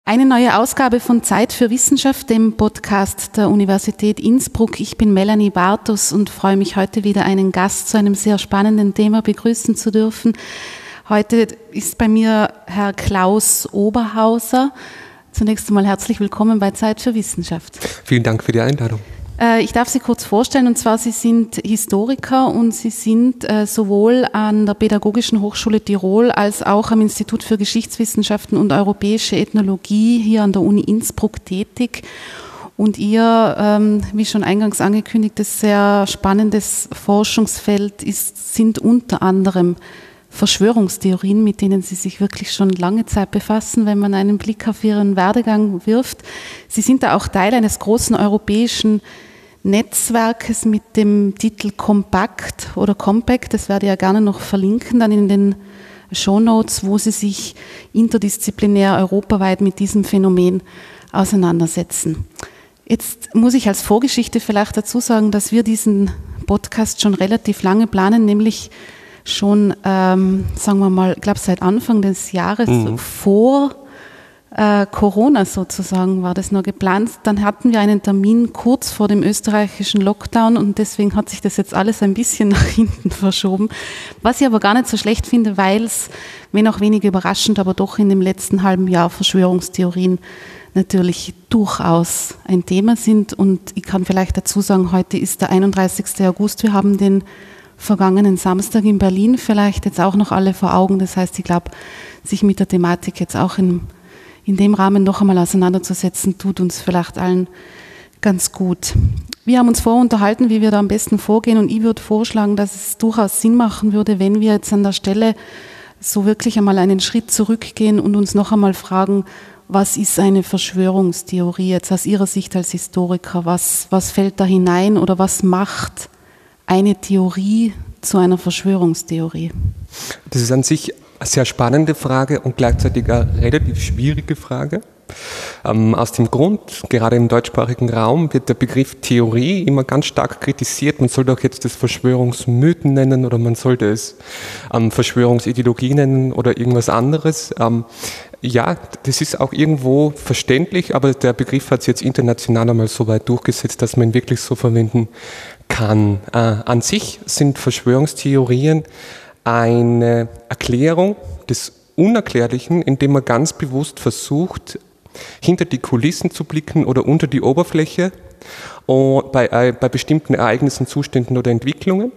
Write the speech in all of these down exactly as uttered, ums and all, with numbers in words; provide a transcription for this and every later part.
Eine neue Ausgabe von Zeit für Wissenschaft, dem Podcast der Universität Innsbruck. Ich bin Melanie Bartos und freue mich heute wieder einen Gast zu einem sehr spannenden Thema begrüßen zu dürfen. Heute ist bei mir Herr Klaus Oberhauser. Zunächst einmal herzlich willkommen bei Zeit für Wissenschaft. Vielen Dank für die Einladung. Ich darf Sie kurz vorstellen, und zwar Sie sind Historiker und Sie sind sowohl an der Pädagogischen Hochschule Tirol als auch am Institut für Geschichtswissenschaften und Europäische Ethnologie hier an der Uni Innsbruck tätig. Und Ihr, wie schon eingangs angekündigtes, sehr spannendes Forschungsfeld ist, sind unter anderem Verschwörungstheorien, mit denen Sie sich wirklich schon lange Zeit befassen, wenn man einen Blick auf Ihren Werdegang wirft. Sie sind da auch Teil eines großen europäischen Netzwerkes mit dem Titel Compact oder Compact, das werde ich ja gerne noch verlinken, dann in den Shownotes, wo Sie sich interdisziplinär europaweit mit diesem Phänomen auseinandersetzen. Jetzt muss ich als Vorgeschichte vielleicht dazu sagen, dass wir diesen Podcast schon relativ lange planen, nämlich schon, ähm, sagen wir mal, ich glaube seit Anfang des Jahres, mhm. vor äh, Corona sozusagen war das noch geplant. Dann hatten wir einen Termin kurz vor dem österreichischen Lockdown und deswegen hat sich das jetzt alles ein bisschen nach hinten verschoben. Was ich aber gar nicht so schlecht finde, weil es, wenn auch wenig überraschend, aber doch in dem letzten halben Jahr Verschwörungstheorien natürlich durchaus ein Thema sind. Und ich kann vielleicht dazu sagen, heute ist der einunddreißigster August, wir haben den vergangenen Samstag in Berlin vielleicht jetzt auch noch alle vor Augen. Das heißt, ich glaube, sich mit der Thematik jetzt auch in, in dem Rahmen noch einmal auseinanderzusetzen, tut uns vielleicht allen ganz gut. Wir haben uns vorher unterhalten, wie wir da am besten vorgehen, und ich würde vorschlagen, dass es durchaus Sinn machen würde, wenn wir jetzt an der Stelle so wirklich einmal einen Schritt zurückgehen und uns noch einmal fragen, was ist eine Verschwörungstheorie jetzt aus Ihrer Sicht als Historiker? Was, was fällt da hinein oder was macht eine Theorie zu einer Verschwörungstheorie? Das ist an sich eine sehr spannende Frage und gleichzeitig eine relativ schwierige Frage. Ähm, aus dem Grund, gerade im deutschsprachigen Raum wird der Begriff Theorie immer ganz stark kritisiert. Man sollte auch jetzt das Verschwörungsmythen nennen oder man sollte es ähm, Verschwörungsideologie nennen oder irgendwas anderes. Ähm, ja, das ist auch irgendwo verständlich, aber der Begriff hat sich jetzt international einmal so weit durchgesetzt, dass man ihn wirklich so verwenden kann. Äh, an sich sind Verschwörungstheorien eine Erklärung des Unerklärlichen, indem man ganz bewusst versucht, hinter die Kulissen zu blicken oder unter die Oberfläche bei, äh, bei bestimmten Ereignissen, Zuständen oder Entwicklungen.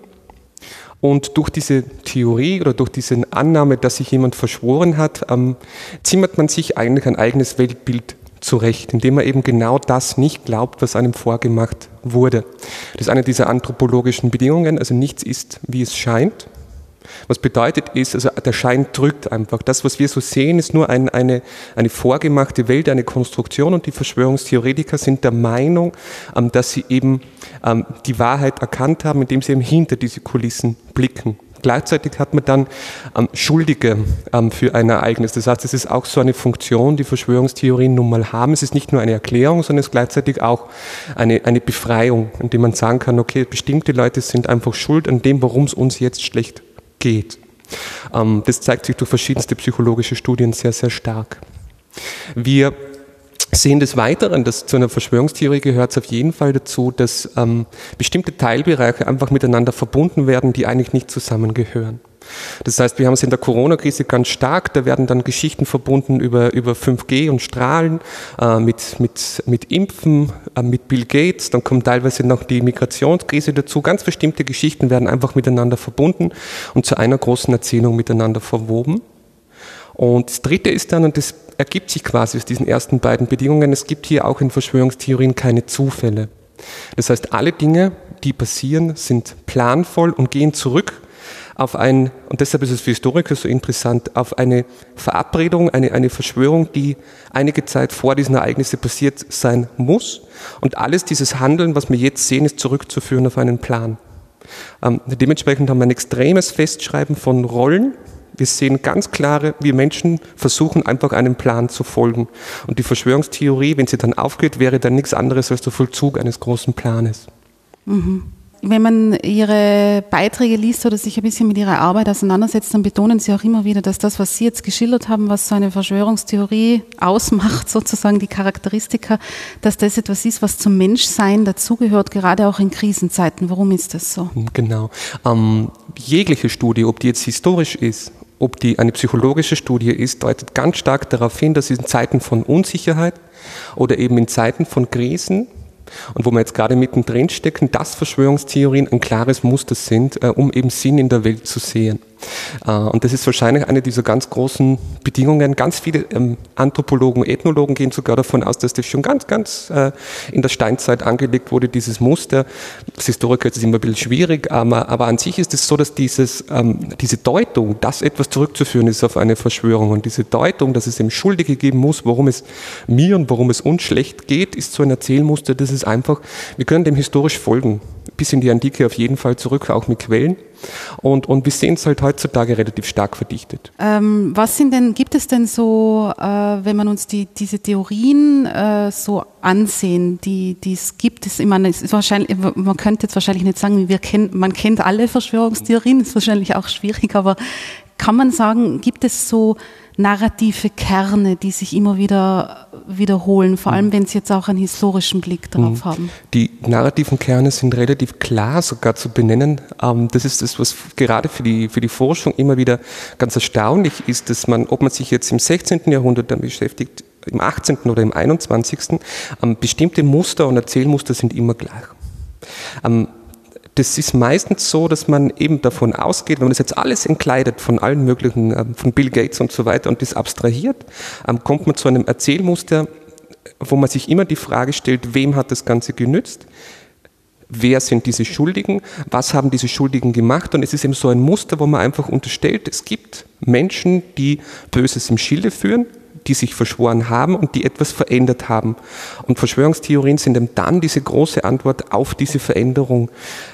Und durch diese Theorie oder durch diese Annahme, dass sich jemand verschworen hat, ähm, zimmert man sich eigentlich ein eigenes Weltbild zurecht, indem man eben genau das nicht glaubt, was einem vorgemacht wurde. Das ist eine dieser anthropologischen Bedingungen, also nichts ist, wie es scheint. Was bedeutet ist, also der Schein trügt einfach. Das, was wir so sehen, ist nur ein, eine, eine vorgemachte Welt, eine Konstruktion, und die Verschwörungstheoretiker sind der Meinung, ähm, dass sie eben ähm, die Wahrheit erkannt haben, indem sie eben hinter diese Kulissen blicken. Gleichzeitig hat man dann ähm, Schuldige ähm, für ein Ereignis. Das heißt, es ist auch so eine Funktion, die Verschwörungstheorien nun mal haben. Es ist nicht nur eine Erklärung, sondern es ist gleichzeitig auch eine, eine Befreiung, indem man sagen kann, okay, bestimmte Leute sind einfach schuld an dem, warum es uns jetzt schlecht geht. Ähm, das zeigt sich durch verschiedenste psychologische Studien sehr, sehr stark. Wir sehen des Weiteren, dass zu einer Verschwörungstheorie gehört es auf jeden Fall dazu, dass ähm, bestimmte Teilbereiche einfach miteinander verbunden werden, die eigentlich nicht zusammengehören. Das heißt, wir haben es in der Corona-Krise ganz stark, da werden dann Geschichten verbunden über, über fünf G und Strahlen, äh, mit, mit, mit Impfen, äh, mit Bill Gates, dann kommt teilweise noch die Migrationskrise dazu. Ganz bestimmte Geschichten werden einfach miteinander verbunden und zu einer großen Erzählung miteinander verwoben. Und das Dritte ist dann, und das ergibt sich quasi aus diesen ersten beiden Bedingungen, es gibt hier auch in Verschwörungstheorien keine Zufälle. Das heißt, alle Dinge, die passieren, sind planvoll und gehen zurück auf ein, und deshalb ist es für Historiker so interessant, auf eine Verabredung, eine, eine Verschwörung, die einige Zeit vor diesen Ereignissen passiert sein muss. Und alles dieses Handeln, was wir jetzt sehen, ist zurückzuführen auf einen Plan. Ähm, dementsprechend haben wir ein extremes Festschreiben von Rollen. Wir sehen ganz klare, wir Menschen versuchen einfach einem Plan zu folgen. Und die Verschwörungstheorie, wenn sie dann aufgeht, wäre dann nichts anderes als der Vollzug eines großen Planes. Mhm. wenn man Ihre Beiträge liest oder sich ein bisschen mit Ihrer Arbeit auseinandersetzt, dann betonen Sie auch immer wieder, dass das, was Sie jetzt geschildert haben, was so eine Verschwörungstheorie ausmacht, sozusagen die Charakteristika, dass das etwas ist, was zum Menschsein dazugehört, gerade auch in Krisenzeiten. Warum ist das so? Genau. Ähm, jegliche Studie, ob die jetzt historisch ist, ob die eine psychologische Studie ist, deutet ganz stark darauf hin, dass in Zeiten von Unsicherheit oder eben in Zeiten von Krisen und wo wir jetzt gerade mittendrin stecken, dass Verschwörungstheorien ein klares Muster sind, äh, um eben Sinn in der Welt zu sehen. Äh, und das ist wahrscheinlich eine dieser ganz großen Bedingungen. Ganz viele ähm, Anthropologen, Ethnologen gehen sogar davon aus, dass das schon ganz, ganz äh, in der Steinzeit angelegt wurde, dieses Muster. Als Historiker ist es immer ein bisschen schwierig, aber, aber an sich ist es so, dass dieses, ähm, diese Deutung, dass etwas zurückzuführen ist auf eine Verschwörung und diese Deutung, dass es eben Schuldige geben muss, warum es mir und warum es uns schlecht geht, ist so ein Erzählmuster, das ist einfach, wir können dem historisch folgen, bis in die Antike auf jeden Fall zurück, auch mit Quellen. Und, und wir sehen es halt heutzutage relativ stark verdichtet. Ähm, was sind denn, gibt es denn so, äh, wenn man uns die, diese Theorien äh, so ansehen, die es gibt, ist immer, ist wahrscheinlich, man könnte jetzt wahrscheinlich nicht sagen, wir kennen, man kennt alle Verschwörungstheorien, ist wahrscheinlich auch schwierig, aber kann man sagen, gibt es so narrative Kerne, die sich immer wieder wiederholen, vor allem wenn Sie jetzt auch einen historischen Blick drauf haben? Die narrativen Kerne sind relativ klar sogar zu benennen. Das ist das, was gerade für die, für die Forschung immer wieder ganz erstaunlich ist, dass man, ob man sich jetzt im sechzehnten Jahrhundert damit beschäftigt, im achtzehnten oder im einundzwanzigsten bestimmte Muster und Erzählmuster sind immer gleich. Das ist meistens so, dass man eben davon ausgeht, wenn man das jetzt alles entkleidet von allen möglichen, von Bill Gates und so weiter und das abstrahiert, kommt man zu einem Erzählmuster, wo man sich immer die Frage stellt, wem hat das Ganze genützt? Wer sind diese Schuldigen? Was haben diese Schuldigen gemacht? Und es ist eben so ein Muster, wo man einfach unterstellt, es gibt Menschen, die Böses im Schilde führen, die sich verschworen haben und die etwas verändert haben. Und Verschwörungstheorien sind eben dann diese große Antwort auf diese Veränderung.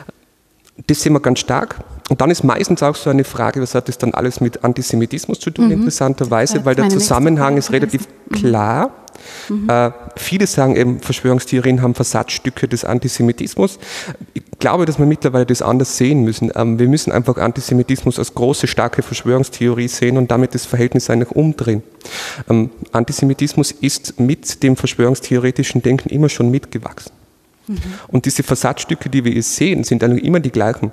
Das sehen wir ganz stark. Und dann ist meistens auch so eine Frage, was hat das dann alles mit Antisemitismus zu tun, mhm. interessanterweise, weil der Zusammenhang ist relativ mhm. klar. Mhm. Äh, viele sagen eben, Verschwörungstheorien haben Versatzstücke des Antisemitismus. Ich glaube, dass wir mittlerweile das anders sehen müssen. Ähm, wir müssen einfach Antisemitismus als große, starke Verschwörungstheorie sehen und damit das Verhältnis eigentlich umdrehen. Ähm, Antisemitismus ist mit dem verschwörungstheoretischen Denken immer schon mitgewachsen. Mhm. Und diese Versatzstücke, die wir hier sehen, sind eigentlich immer die gleichen.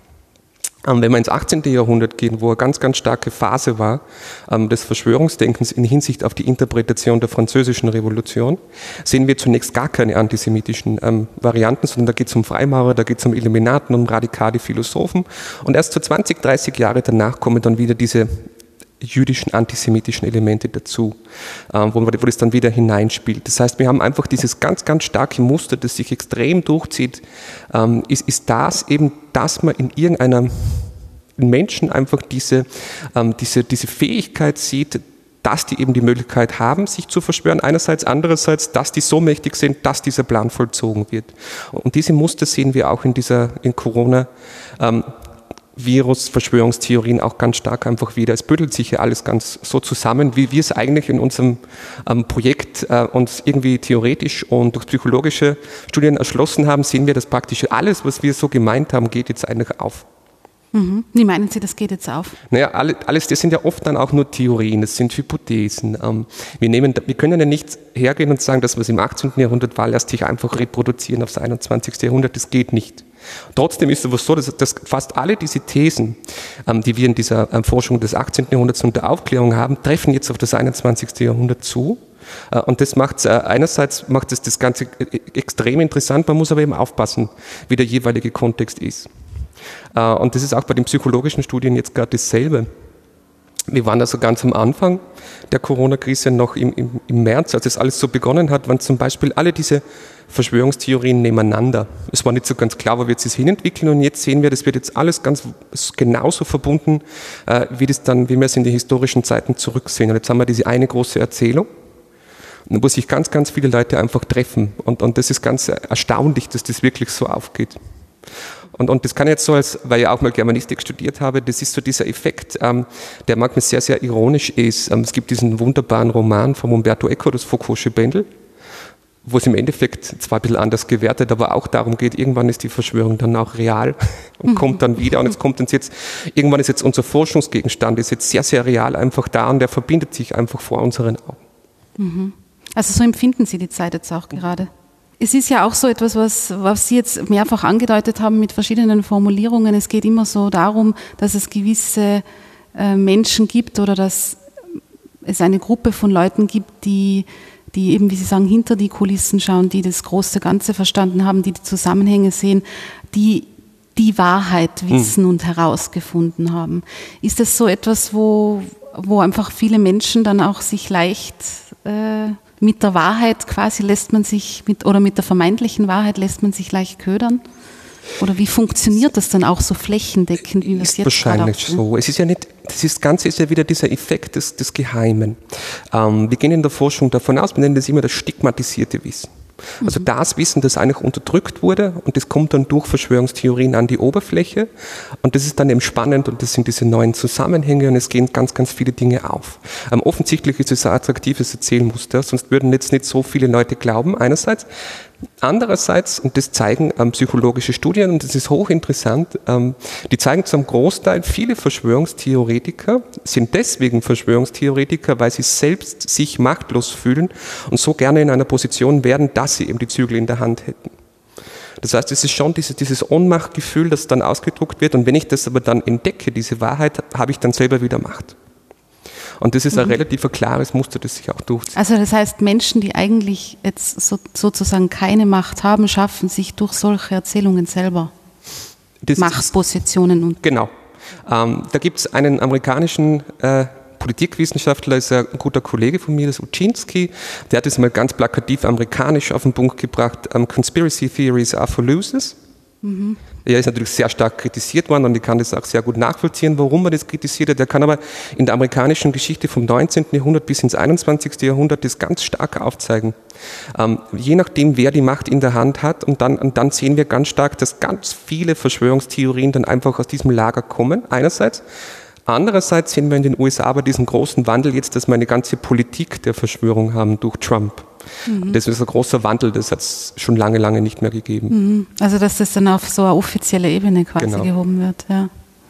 Wenn wir ins achtzehnten Jahrhundert gehen, wo eine ganz, ganz starke Phase war ähm, des Verschwörungsdenkens in Hinsicht auf die Interpretation der Französischen Revolution, sehen wir zunächst gar keine antisemitischen ähm, Varianten, sondern da geht es um Freimaurer, da geht es um Illuminaten, um radikale Philosophen. Und erst so zwanzig, dreißig Jahre danach kommen dann wieder diese jüdischen, antisemitischen Elemente dazu, äh, wo, wo das dann wieder hineinspielt. Das heißt, wir haben einfach dieses ganz, ganz starke Muster, das sich extrem durchzieht, ähm, ist, ist das eben, dass man in irgendeiner Menschen einfach diese, ähm, diese, diese Fähigkeit sieht, dass die eben die Möglichkeit haben, sich zu verschwören, einerseits, andererseits, dass die so mächtig sind, dass dieser Plan vollzogen wird. Und diese Muster sehen wir auch in dieser, in Corona, ähm, Virus-Verschwörungstheorien auch ganz stark einfach wieder. Es bündelt sich ja alles ganz so zusammen, wie wir es eigentlich in unserem ähm, Projekt äh, uns irgendwie theoretisch und durch psychologische Studien erschlossen haben, sehen wir, dass praktisch alles, was wir so gemeint haben, geht jetzt eigentlich auf. Mhm. Wie meinen Sie, das geht jetzt auf? Naja, alles, das sind ja oft dann auch nur Theorien, das sind Hypothesen. Ähm, wir, nehmen, wir können ja nicht hergehen und sagen, dass was im achtzehnten Jahrhundert war, lässt sich einfach reproduzieren aufs einundzwanzigsten Jahrhundert, das geht nicht. Trotzdem ist es aber so, dass, dass fast alle diese Thesen, ähm, die wir in dieser ähm, Forschung des achtzehnten Jahrhunderts und der Aufklärung haben, treffen jetzt auf das einundzwanzigsten Jahrhundert zu. Äh, und das macht äh, einerseits macht es das Ganze äh, extrem interessant, man muss aber eben aufpassen, wie der jeweilige Kontext ist. Äh, und das ist auch bei den psychologischen Studien jetzt gerade dasselbe. Wir waren also ganz am Anfang der Corona-Krise noch im, im, im März, als das alles so begonnen hat, waren zum Beispiel alle diese Verschwörungstheorien nebeneinander. Es war nicht so ganz klar, wo wird es sich hinentwickeln, und jetzt sehen wir, das wird jetzt alles ganz genauso verbunden, äh, wie, das dann, wie wir es in die historischen Zeiten zurücksehen. Und jetzt haben wir diese eine große Erzählung, wo sich ganz, ganz viele Leute einfach treffen. Und, und das ist ganz erstaunlich, dass das wirklich so aufgeht. Und, und das kann jetzt so, als, weil ich auch mal Germanistik studiert habe, das ist so dieser Effekt, ähm, der manchmal sehr, sehr ironisch ist. Ähm, es gibt diesen wunderbaren Roman von Umberto Eco, das Foucault'sche Bändel, wo es im Endeffekt zwar ein bisschen anders gewertet, aber auch darum geht, irgendwann ist die Verschwörung dann auch real und mhm. kommt dann wieder und jetzt kommt uns jetzt, irgendwann ist jetzt unser Forschungsgegenstand, ist jetzt sehr, sehr real einfach da und der verbindet sich einfach vor unseren Augen. Mhm. Also so empfinden Sie die Zeit jetzt auch gerade? Es ist ja auch so etwas, was, was Sie jetzt mehrfach angedeutet haben mit verschiedenen Formulierungen. Es geht immer so darum, dass es gewisse äh, Menschen gibt oder dass es eine Gruppe von Leuten gibt, die die eben, wie Sie sagen, hinter die Kulissen schauen, die das große Ganze verstanden haben, die die Zusammenhänge sehen, die die Wahrheit wissen hm. und herausgefunden haben. Ist das so etwas, wo, wo einfach viele Menschen dann auch sich leicht äh, mit der Wahrheit quasi lässt man sich, mit, oder mit der vermeintlichen Wahrheit lässt man sich leicht ködern? Oder wie funktioniert das dann auch so flächendeckend, wie wir es jetzt wahrscheinlich so. Es ist ja nicht, das, ist, das Ganze ist ja wieder dieser Effekt des, des Geheimen. Ähm, wir gehen in der Forschung davon aus, wir nennen das immer das stigmatisierte Wissen. Also mhm. das Wissen, das eigentlich unterdrückt wurde und das kommt dann durch Verschwörungstheorien an die Oberfläche und das ist dann eben spannend und das sind diese neuen Zusammenhänge und es gehen ganz, ganz viele Dinge auf. Ähm, offensichtlich ist es ein attraktives Erzählmuster, sonst würden jetzt nicht so viele Leute glauben, einerseits. Andererseits, und das zeigen ähm, psychologische Studien, und das ist hochinteressant, ähm, die zeigen zum Großteil, viele Verschwörungstheoretiker sind deswegen Verschwörungstheoretiker, weil sie selbst sich machtlos fühlen und so gerne in einer Position werden, dass sie eben die Zügel in der Hand hätten. Das heißt, es ist schon dieses, dieses Ohnmachtgefühl, das dann ausgedruckt wird, und wenn ich das aber dann entdecke, diese Wahrheit, habe ich dann selber wieder Macht. Und das ist mhm. ein relativ klares Muster, das sich auch durchzieht. Also das heißt, Menschen, die eigentlich jetzt so, sozusagen keine Macht haben, schaffen sich durch solche Erzählungen selber das Machtpositionen. Und genau. Ähm, da gibt es einen amerikanischen äh, Politikwissenschaftler, ist ein guter Kollege von mir, das Uczynski, der hat das mal ganz plakativ amerikanisch auf den Punkt gebracht, um, Conspiracy Theories are for losers. Mhm. Er ist natürlich sehr stark kritisiert worden und ich kann das auch sehr gut nachvollziehen, warum er das kritisiert hat. Er kann aber in der amerikanischen Geschichte vom neunzehnten Jahrhundert bis ins einundzwanzigsten Jahrhundert das ganz stark aufzeigen. Ähm, je nachdem, wer die Macht in der Hand hat, und dann, und dann sehen wir ganz stark, dass ganz viele Verschwörungstheorien dann einfach aus diesem Lager kommen, einerseits. Andererseits sehen wir in den U S A aber diesen großen Wandel jetzt, dass wir eine ganze Politik der Verschwörung haben durch Trump. Mhm. Das ist ein großer Wandel, das hat es schon lange, lange nicht mehr gegeben. Mhm. Also dass das dann auf so eine offizielle Ebene quasi genau. gehoben wird. Ja.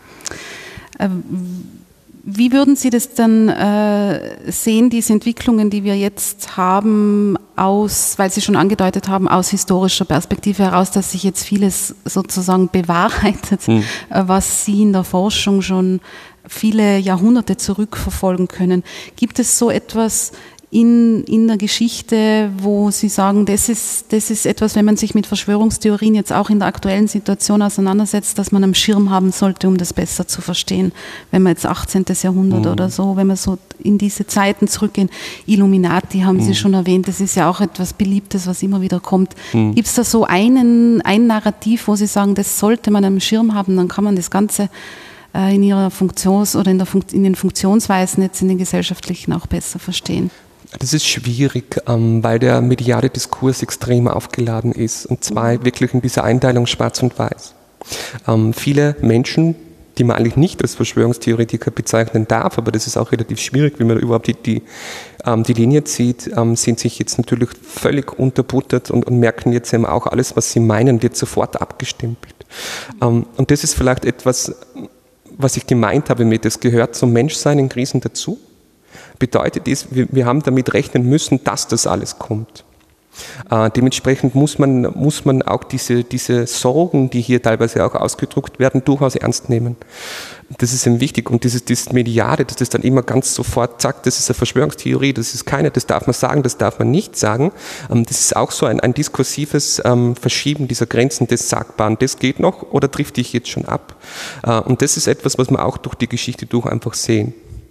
Wie würden Sie das dann äh, sehen, diese Entwicklungen, die wir jetzt haben, aus, weil Sie schon angedeutet haben, aus historischer Perspektive heraus, dass sich jetzt vieles sozusagen bewahrheitet, mhm. äh, was Sie in der Forschung schon viele Jahrhunderte zurückverfolgen können. Gibt es so etwas in, in der Geschichte, wo Sie sagen, das ist, das ist etwas, wenn man sich mit Verschwörungstheorien jetzt auch in der aktuellen Situation auseinandersetzt, dass man am Schirm haben sollte, um das besser zu verstehen? Wenn man jetzt achtzehnten Jahrhundert mhm. oder so, wenn wir so in diese Zeiten zurückgehen, Illuminati haben mhm. Sie schon erwähnt, das ist ja auch etwas Beliebtes, was immer wieder kommt. Mhm. Gibt es da so einen, ein Narrativ, wo Sie sagen, das sollte man am Schirm haben, dann kann man das Ganze in ihrer Funktions- oder in, der Fun- in den Funktionsweisen jetzt in den gesellschaftlichen auch besser verstehen? Das ist schwierig, weil der mediale Diskurs extrem aufgeladen ist, und zwar wirklich in dieser Einteilung schwarz und weiß. Ähm, viele Menschen, die man eigentlich nicht als Verschwörungstheoretiker bezeichnen darf, aber das ist auch relativ schwierig, wie man überhaupt die, die, ähm, die Linie zieht, ähm, sind sich jetzt natürlich völlig unterbuttert und, und merken jetzt eben auch, alles, was sie meinen, wird sofort abgestempelt. Ähm, und das ist vielleicht etwas, was ich gemeint habe mit, es gehört zum Menschsein in Krisen dazu. Bedeutet ist, wir, wir haben damit rechnen müssen, dass das alles kommt. Äh, dementsprechend muss man, muss man auch diese, diese Sorgen, die hier teilweise auch ausgedrückt werden, durchaus ernst nehmen. Das ist eben wichtig. Und dieses, dieses Mediale, das das dann immer ganz sofort sagt, das ist eine Verschwörungstheorie, das ist keine, das darf man sagen, das darf man nicht sagen. Ähm, das ist auch so ein, ein diskursives ähm, Verschieben dieser Grenzen des Sagbaren. Das geht noch oder trifft dich jetzt schon ab? Äh, und das ist etwas, was wir auch durch die Geschichte durch einfach sehen.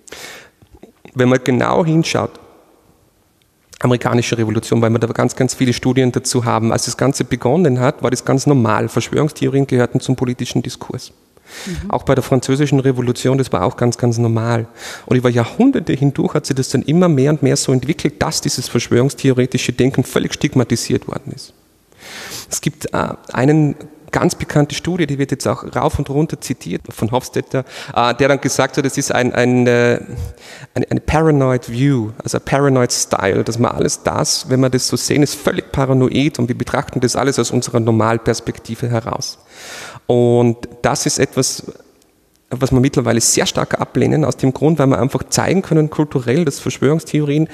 Wenn man genau hinschaut, amerikanische Revolution, weil wir da ganz, ganz viele Studien dazu haben. Als das Ganze begonnen hat, war das ganz normal. Verschwörungstheorien gehörten zum politischen Diskurs. Mhm. Auch bei der französischen Revolution, das war auch ganz, ganz normal. Und über Jahrhunderte hindurch hat sich das dann immer mehr und mehr so entwickelt, dass dieses verschwörungstheoretische Denken völlig stigmatisiert worden ist. Es gibt äh, einen ganz bekannte Studie, die wird jetzt auch rauf und runter zitiert von Hofstetter, äh, der dann gesagt hat, es ist ein, ein, äh, eine, eine Paranoid View, also ein Paranoid Style, dass man alles das, wenn wir das so sehen, ist völlig paranoid und wir betrachten das alles aus unserer Normalperspektive heraus. Und das ist etwas, was wir mittlerweile sehr stark ablehnen, aus dem Grund, weil wir einfach zeigen können, kulturell, dass Verschwörungstheorien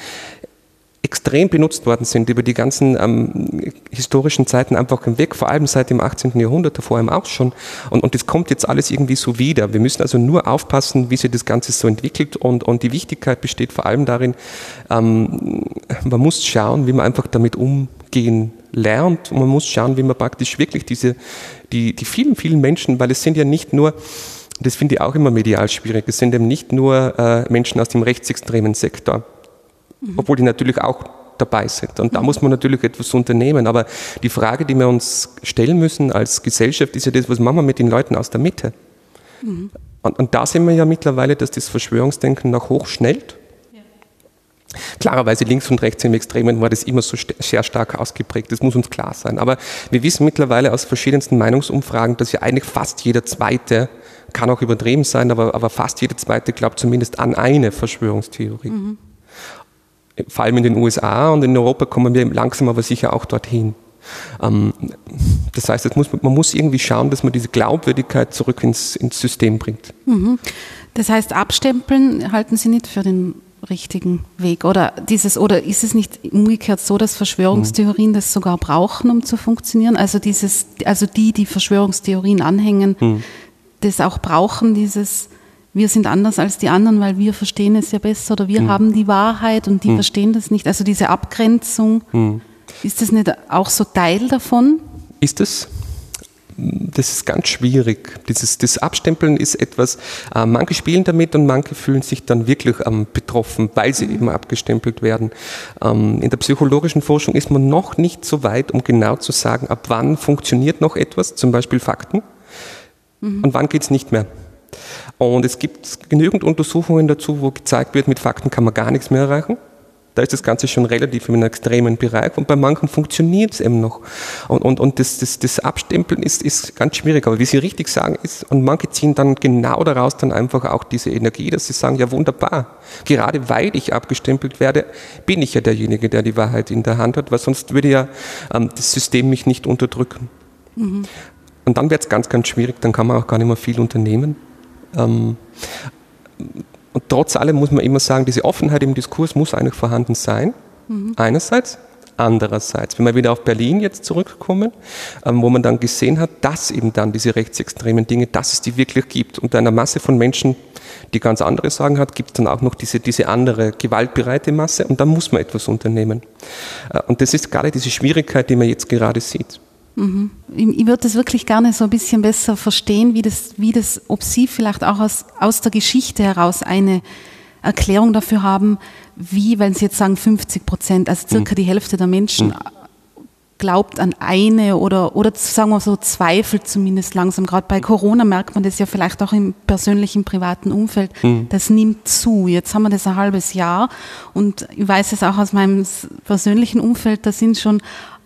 extrem benutzt worden sind über die ganzen ähm, historischen Zeiten einfach hinweg, vor allem seit dem achtzehnten Jahrhundert, davor allem auch schon. Und, und das kommt jetzt alles irgendwie so wieder. Wir müssen also nur aufpassen, wie sich das Ganze so entwickelt. Und, und die Wichtigkeit besteht vor allem darin, ähm, man muss schauen, wie man einfach damit umgehen lernt. Und man muss schauen, wie man praktisch wirklich diese, die, die vielen, vielen Menschen, weil es sind ja nicht nur, das finde ich auch immer medial schwierig, es sind eben nicht nur äh, Menschen aus dem rechtsextremen Sektor, mhm. obwohl die natürlich auch dabei sind. Und da mhm. muss man natürlich etwas unternehmen. Aber die Frage, die wir uns stellen müssen als Gesellschaft, ist ja das, was machen wir mit den Leuten aus der Mitte? Mhm. Und, und da sehen wir ja mittlerweile, dass das Verschwörungsdenken nach hoch schnellt. Ja. Klarerweise links und rechts im Extremen war das immer so st- sehr stark ausgeprägt. Das muss uns klar sein. Aber wir wissen mittlerweile aus verschiedensten Meinungsumfragen, dass ja eigentlich fast jeder Zweite, kann auch übertrieben sein, aber, aber fast jeder Zweite glaubt zumindest an eine Verschwörungstheorie. Mhm. Vor allem in den U S A und in Europa kommen wir langsam aber sicher auch dorthin. Ähm, das heißt, das muss, man muss irgendwie schauen, dass man diese Glaubwürdigkeit zurück ins, ins System bringt. Mhm. Das heißt, abstempeln halten Sie nicht für den richtigen Weg? Oder, dieses, oder ist es nicht umgekehrt so, dass Verschwörungstheorien mhm. das sogar brauchen, um zu funktionieren? Also, dieses, also die, die Verschwörungstheorien anhängen, mhm. das auch brauchen, dieses wir sind anders als die anderen, weil wir verstehen es ja besser oder wir hm. haben die Wahrheit und die hm. verstehen das nicht. Also diese Abgrenzung, hm. ist das nicht auch so Teil davon? Ist es? Das ist ganz schwierig. Dieses, das Abstempeln ist etwas, äh, manche spielen damit und manche fühlen sich dann wirklich ähm, betroffen, weil sie mhm. eben abgestempelt werden. Ähm, in der psychologischen Forschung ist man noch nicht so weit, um genau zu sagen, ab wann funktioniert noch etwas, zum Beispiel Fakten, mhm. und wann geht es nicht mehr. Und es gibt genügend Untersuchungen dazu, wo gezeigt wird, mit Fakten kann man gar nichts mehr erreichen. Da ist das Ganze schon relativ in einem extremen Bereich und bei manchen funktioniert es eben noch. Und, und, und das, das, das Abstempeln ist, ist ganz schwierig. Aber wie Sie richtig sagen, ist, und manche ziehen dann genau daraus dann einfach auch diese Energie, dass sie sagen, ja wunderbar, gerade weil ich abgestempelt werde, bin ich ja derjenige, der die Wahrheit in der Hand hat, weil sonst würde ja ähm, das System mich nicht unterdrücken. Mhm. Und dann wird es ganz, ganz schwierig, dann kann man auch gar nicht mehr viel unternehmen. Ähm, und trotz allem muss man immer sagen, diese Offenheit im Diskurs muss eigentlich vorhanden sein, mhm. einerseits. Andererseits, wenn wir wieder auf Berlin jetzt zurückkommen, ähm, wo man dann gesehen hat, dass eben dann diese rechtsextremen Dinge, dass es die wirklich gibt. Und einer Masse von Menschen, die ganz andere Sagen hat, gibt es dann auch noch diese, diese andere gewaltbereite Masse und dann muss man etwas unternehmen. Äh, und das ist gerade diese Schwierigkeit, die man jetzt gerade sieht. Mhm. Ich würde das wirklich gerne so ein bisschen besser verstehen, wie das, wie das, ob Sie vielleicht auch aus, aus der Geschichte heraus eine Erklärung dafür haben, wie, wenn Sie jetzt sagen fünfzig Prozent, also circa mhm. die Hälfte der Menschen mhm. glaubt an eine oder, oder sagen wir so, zweifelt zumindest langsam. Gerade bei Corona merkt man das ja vielleicht auch im persönlichen, privaten Umfeld. Mhm. Das nimmt zu. Jetzt haben wir das ein halbes Jahr und ich weiß es auch aus meinem persönlichen Umfeld, da sind schon,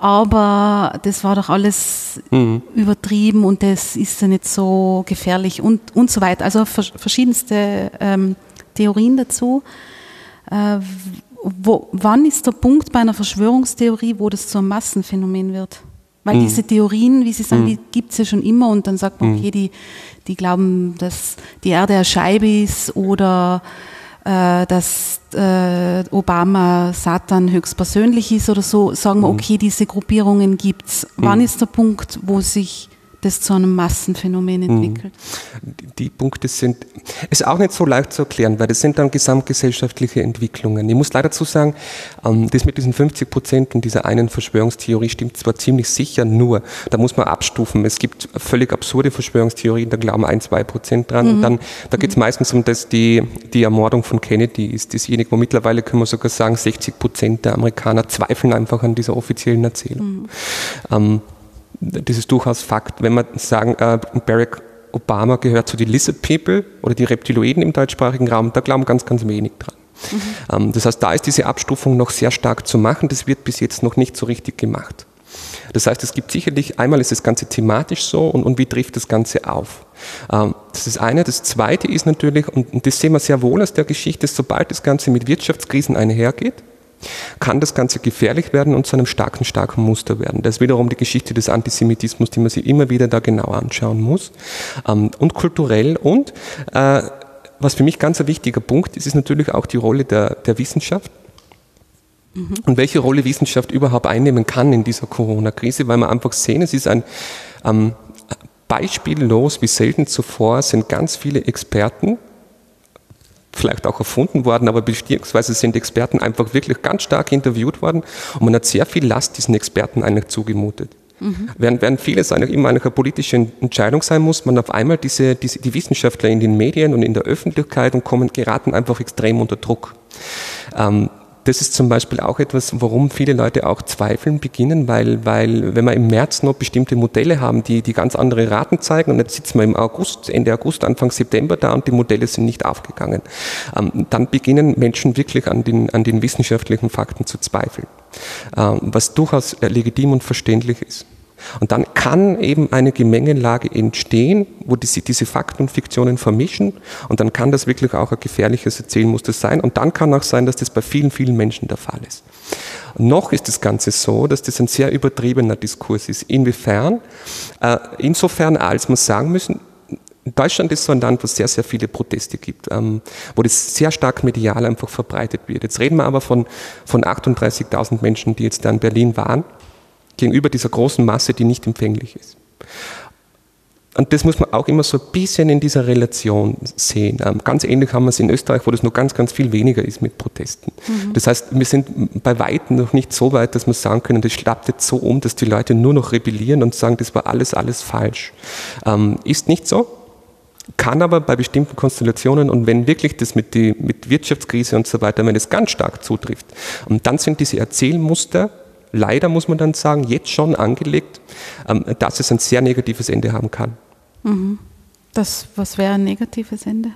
aber das war doch alles mhm. übertrieben und das ist ja nicht so gefährlich und, und so weiter. Also verschiedenste ähm, Theorien dazu. Äh, wo, wann ist der Punkt bei einer Verschwörungstheorie, wo das zu einem Massenphänomen wird? Weil mhm. diese Theorien, wie Sie sagen, mhm. die gibt es ja schon immer und dann sagt man, okay, die, die glauben, dass die Erde eine Scheibe ist oder äh, dass äh, Obama Satan höchstpersönlich ist oder so, sagen wir, okay, diese Gruppierungen gibt's. Mhm. Wann ist der Punkt, wo sich das zu einem Massenphänomen entwickelt? Die, die Punkte sind, ist auch nicht so leicht zu erklären, weil das sind dann gesamtgesellschaftliche Entwicklungen. Ich muss leider dazu sagen, ähm, das mit diesen fünfzig Prozent und dieser einen Verschwörungstheorie stimmt zwar ziemlich sicher, nur, da muss man abstufen. Es gibt völlig absurde Verschwörungstheorien, da glauben ein, zwei Prozent dran. Mhm. Und dann, da geht es mhm. meistens um das, die, die Ermordung von Kennedy ist dasjenige, wo mittlerweile können wir sogar sagen, sechzig Prozent der Amerikaner zweifeln einfach an dieser offiziellen Erzählung. Mhm. Ähm, Das ist durchaus Fakt. Wenn wir sagen, äh, Barack Obama gehört zu den Lizard People oder die Reptiloiden im deutschsprachigen Raum, da glauben ganz, ganz wenig dran. Mhm. Ähm, das heißt, da ist diese Abstufung noch sehr stark zu machen. Das wird bis jetzt noch nicht so richtig gemacht. Das heißt, es gibt sicherlich, einmal ist das Ganze thematisch so und, und wie trifft das Ganze auf. Ähm, das ist eine. Das zweite ist natürlich, und, und das sehen wir sehr wohl aus der Geschichte, sobald das Ganze mit Wirtschaftskrisen einhergeht, kann das Ganze gefährlich werden und zu einem starken, starken Muster werden. Das ist wiederum die Geschichte des Antisemitismus, die man sich immer wieder da genau anschauen muss. Ähm, und kulturell und, äh, was für mich ganz ein wichtiger Punkt ist, ist natürlich auch die Rolle der, der Wissenschaft. Mhm. Und welche Rolle Wissenschaft überhaupt einnehmen kann in dieser Corona-Krise, weil wir einfach sehen, es ist ein ähm, beispiellos wie selten zuvor, sind ganz viele Experten, vielleicht auch erfunden worden, aber beziehungsweise sind Experten einfach wirklich ganz stark interviewt worden und man hat sehr viel Last diesen Experten eigentlich zugemutet. Mhm. Während, während vieles eigentlich immer eine politische Entscheidung sein muss, man auf einmal diese, diese, die Wissenschaftler in den Medien und in der Öffentlichkeit und kommen, geraten einfach extrem unter Druck. Ähm, Das ist zum Beispiel auch etwas, warum viele Leute auch zweifeln beginnen, weil, weil wenn wir im März noch bestimmte Modelle haben, die, die ganz andere Raten zeigen und jetzt sitzen wir im August, Ende August, Anfang September da und die Modelle sind nicht aufgegangen, ähm, dann beginnen Menschen wirklich an den, an den wissenschaftlichen Fakten zu zweifeln, ähm, was durchaus legitim und verständlich ist. Und dann kann eben eine Gemengelage entstehen, wo die, diese Fakten und Fiktionen vermischen und dann kann das wirklich auch ein gefährliches Erzählmuster sein und dann kann auch sein, dass das bei vielen, vielen Menschen der Fall ist. Und noch ist das Ganze so, dass das ein sehr übertriebener Diskurs ist. Inwiefern? Äh, insofern, als wir sagen müssen, Deutschland ist so ein Land, wo es sehr, sehr viele Proteste gibt, ähm, wo das sehr stark medial einfach verbreitet wird. Jetzt reden wir aber von, von achtunddreißigtausend Menschen, die jetzt da in Berlin waren, gegenüber dieser großen Masse, die nicht empfänglich ist. Und das muss man auch immer so ein bisschen in dieser Relation sehen. Ähm, ganz ähnlich haben wir es in Österreich, wo das noch ganz, ganz viel weniger ist mit Protesten. Mhm. Das heißt, wir sind bei Weitem noch nicht so weit, dass wir sagen können, das schlappt jetzt so um, dass die Leute nur noch rebellieren und sagen, das war alles, alles falsch. Ähm, ist nicht so. Kann aber bei bestimmten Konstellationen und wenn wirklich das mit, die, mit Wirtschaftskrise und so weiter, wenn es ganz stark zutrifft, und dann sind diese Erzählmuster leider, muss man dann sagen, jetzt schon angelegt, dass es ein sehr negatives Ende haben kann. Mhm. Das, was wäre ein negatives Ende?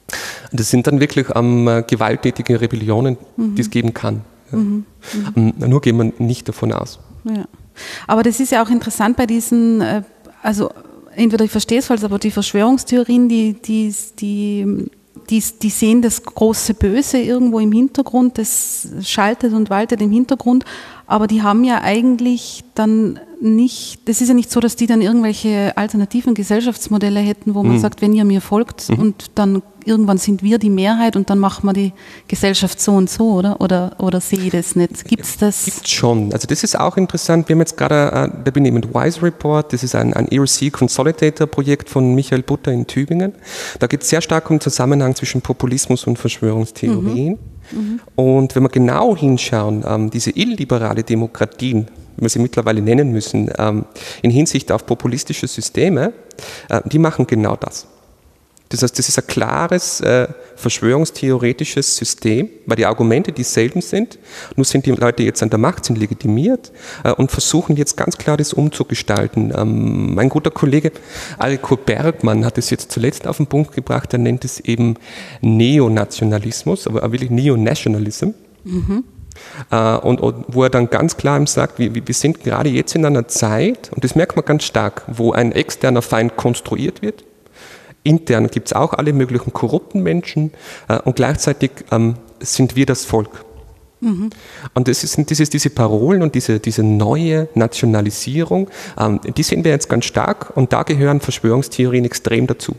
Das sind dann wirklich ähm, gewalttätige Rebellionen, mhm. die es geben kann. Ja. Mhm. Mhm. Nur gehen wir nicht davon aus. Ja. Aber das ist ja auch interessant bei diesen, also entweder ich verstehe es falsch, aber die Verschwörungstheorien, die, die, die Die, die sehen das große Böse irgendwo im Hintergrund, das schaltet und waltet im Hintergrund, aber die haben ja eigentlich dann nicht, das ist ja nicht so, dass die dann irgendwelche alternativen Gesellschaftsmodelle hätten, wo man mhm. sagt, wenn ihr mir folgt mhm. und dann irgendwann sind wir die Mehrheit und dann machen wir die Gesellschaft so und so, oder? Oder, oder sehe ich das nicht? Gibt es das? Gibt schon. Also das ist auch interessant. Wir haben jetzt gerade, äh, da bin ich mit Wise Report, das ist ein, ein E R C Consolidator Projekt von Michael Butter in Tübingen. Da geht es sehr stark um den Zusammenhang zwischen Populismus und Verschwörungstheorien. Mhm. Mhm. Und wenn wir genau hinschauen, ähm, diese illiberale Demokratien, wie wir sie mittlerweile nennen müssen, ähm, in Hinsicht auf populistische Systeme, äh, die machen genau das. Das heißt, das ist ein klares äh, verschwörungstheoretisches System, weil die Argumente dieselben sind, nur sind die Leute jetzt an der Macht, sind legitimiert äh, und versuchen jetzt ganz klar das umzugestalten. Ähm, mein guter Kollege Aliko Bergmann hat es jetzt zuletzt auf den Punkt gebracht, er nennt es eben Neonationalismus, aber wirklich Neonationalism. Mhm. Uh, und, und wo er dann ganz klar ihm sagt, wir, wir sind gerade jetzt in einer Zeit, und das merkt man ganz stark, wo ein externer Feind konstruiert wird. Intern gibt es auch alle möglichen korrupten Menschen uh, und gleichzeitig um, sind wir das Volk. Mhm. Und das, ist, das ist diese Parolen und diese, diese neue Nationalisierung, um, die sehen wir jetzt ganz stark und da gehören Verschwörungstheorien extrem dazu.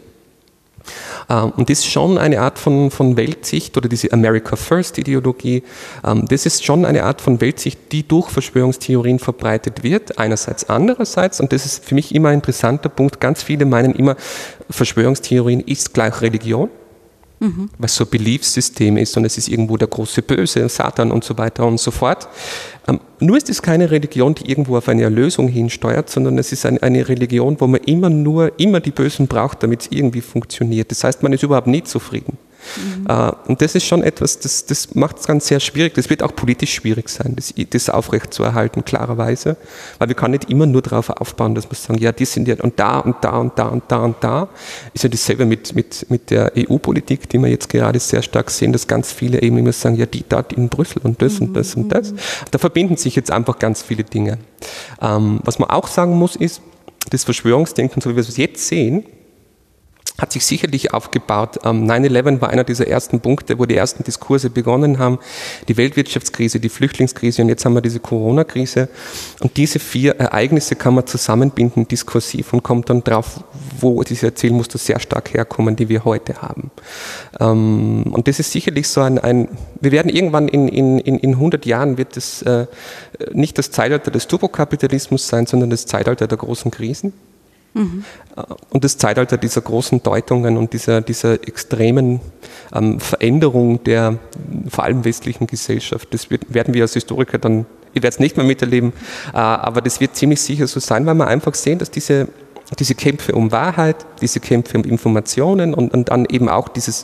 Und das ist schon eine Art von, von Weltsicht oder diese America First Ideologie, das ist schon eine Art von Weltsicht, die durch Verschwörungstheorien verbreitet wird, einerseits, andererseits, und das ist für mich immer ein interessanter Punkt, ganz viele meinen immer, Verschwörungstheorien ist gleich Religion, mhm. weil es so ein Beliefssystem ist und es ist irgendwo der große Böse, Satan und so weiter und so fort. Ähm, nur ist es keine Religion, die irgendwo auf eine Erlösung hinsteuert, sondern es ist ein, eine Religion, wo man immer nur, immer die Bösen braucht, damit es irgendwie funktioniert. Das heißt, man ist überhaupt nie zufrieden. Mhm. Äh, und das ist schon etwas, das, das macht es ganz sehr schwierig. Das wird auch politisch schwierig sein, das, das aufrechtzuerhalten, klarerweise. Weil wir können nicht immer nur darauf aufbauen, dass wir sagen, ja, die sind ja und da und da und da und da und da. Ist ja dasselbe mit, mit, mit der E U-Politik, die wir jetzt gerade sehr stark sehen, dass ganz viele eben immer sagen, ja, die dort in Brüssel und das mhm. und das und das. Da verbinden sich jetzt einfach ganz viele Dinge. Ähm, was man auch sagen muss, ist, das Verschwörungsdenken, so wie wir es jetzt sehen, hat sich sicherlich aufgebaut. Ähm, neun elf war einer dieser ersten Punkte, wo die ersten Diskurse begonnen haben. Die Weltwirtschaftskrise, die Flüchtlingskrise und jetzt haben wir diese Corona-Krise. Und diese vier Ereignisse kann man zusammenbinden, diskursiv, und kommt dann drauf, wo diese Erzählmuster sehr stark herkommen, die wir heute haben. Ähm, und das ist sicherlich so ein, ein wir werden irgendwann in, in, in, in hundert Jahren wird es äh, nicht das Zeitalter des Turbokapitalismus sein, sondern das Zeitalter der großen Krisen. Mhm. Und das Zeitalter dieser großen Deutungen und dieser, dieser extremen ähm, Veränderung der vor allem westlichen Gesellschaft, das wird, werden wir als Historiker dann, ich werde es nicht mehr miterleben, äh, aber das wird ziemlich sicher so sein, weil wir einfach sehen, dass diese, diese Kämpfe um Wahrheit, diese Kämpfe um Informationen und, und dann eben auch dieses,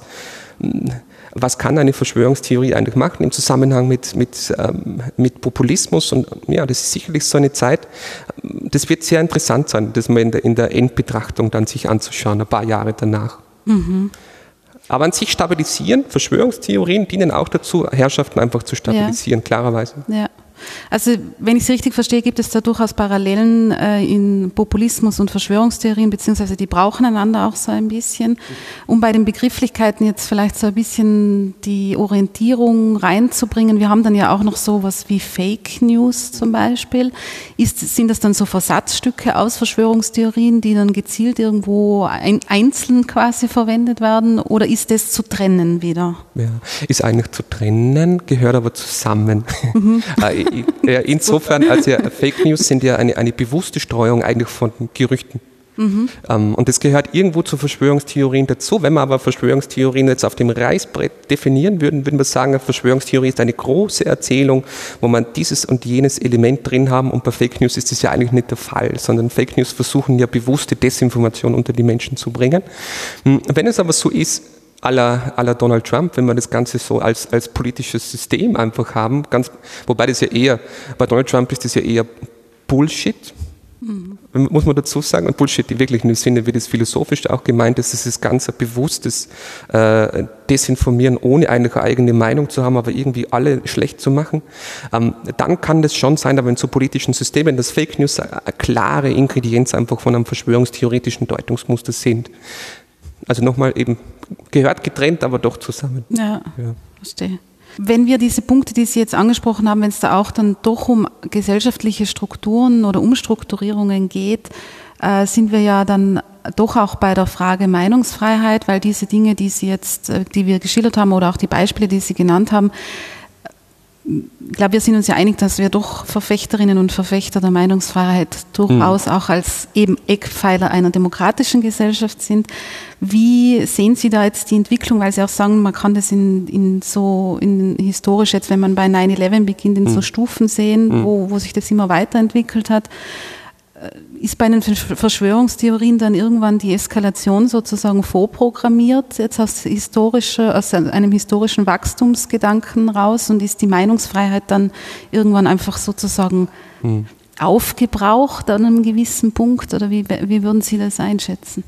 was kann eine Verschwörungstheorie eigentlich machen im Zusammenhang mit, mit, ähm, mit Populismus, und ja, das ist sicherlich so eine Zeit, das wird sehr interessant sein, das mal in der, in der Endbetrachtung dann sich anzuschauen, ein paar Jahre danach. Mhm. Aber an sich stabilisieren, Verschwörungstheorien dienen auch dazu, Herrschaften einfach zu stabilisieren, ja. Klarerweise. Ja. Also wenn ich es richtig verstehe, gibt es da durchaus Parallelen äh, in Populismus und Verschwörungstheorien, beziehungsweise die brauchen einander auch so ein bisschen. Um bei den Begrifflichkeiten jetzt vielleicht so ein bisschen die Orientierung reinzubringen, wir haben dann ja auch noch sowas wie Fake News zum Beispiel. Ist, sind das dann so Versatzstücke aus Verschwörungstheorien, die dann gezielt irgendwo ein, einzeln quasi verwendet werden, oder ist das zu trennen wieder? Ja, ist eigentlich zu trennen, gehört aber zusammen. Mhm. Ja, insofern, also ja, Fake News sind ja eine, eine bewusste Streuung eigentlich von Gerüchten. Mhm. Um, und das gehört irgendwo zu Verschwörungstheorien dazu. Wenn wir aber Verschwörungstheorien jetzt auf dem Reißbrett definieren würden, würden wir sagen, eine Verschwörungstheorie ist eine große Erzählung, wo man dieses und jenes Element drin haben, und bei Fake News ist das ja eigentlich nicht der Fall, sondern Fake News versuchen ja bewusste Desinformation unter die Menschen zu bringen. Wenn es aber so ist, à la, à la Donald Trump, wenn wir das Ganze so als, als politisches System einfach haben, ganz, wobei das ja eher, bei Donald Trump ist das ja eher Bullshit, mhm. muss man dazu sagen, und Bullshit im wirklichen Sinne, wie das philosophisch auch gemeint ist, das ist ganz ein bewusstes äh, Desinformieren, ohne eine eigene Meinung zu haben, aber irgendwie alle schlecht zu machen. Ähm, dann kann das schon sein, aber in so politischen Systemen, dass Fake News eine, eine klare Ingredienz einfach von einem verschwörungstheoretischen Deutungsmuster sind. Also nochmal eben, gehört getrennt, aber doch zusammen. Ja, ja, verstehe. Wenn wir diese Punkte, die Sie jetzt angesprochen haben, wenn es da auch dann doch um gesellschaftliche Strukturen oder Umstrukturierungen geht, äh, sind wir ja dann doch auch bei der Frage Meinungsfreiheit, weil diese Dinge, die Sie jetzt, die wir geschildert haben, oder auch die Beispiele, die Sie genannt haben, ich glaube, wir sind uns ja einig, dass wir doch Verfechterinnen und Verfechter der Meinungsfreiheit durchaus mhm. auch als eben Eckpfeiler einer demokratischen Gesellschaft sind. Wie sehen Sie da jetzt die Entwicklung? Weil Sie auch sagen, man kann das in, in so in historisch jetzt, wenn man bei neun elf beginnt, in mhm. so Stufen sehen, mhm. wo, wo sich das immer weiterentwickelt hat. Ist bei den Verschwörungstheorien dann irgendwann die Eskalation sozusagen vorprogrammiert, jetzt aus, historische, aus einem historischen Wachstumsgedanken raus, und ist die Meinungsfreiheit dann irgendwann einfach sozusagen hm. aufgebraucht an einem gewissen Punkt, oder wie, wie würden Sie das einschätzen?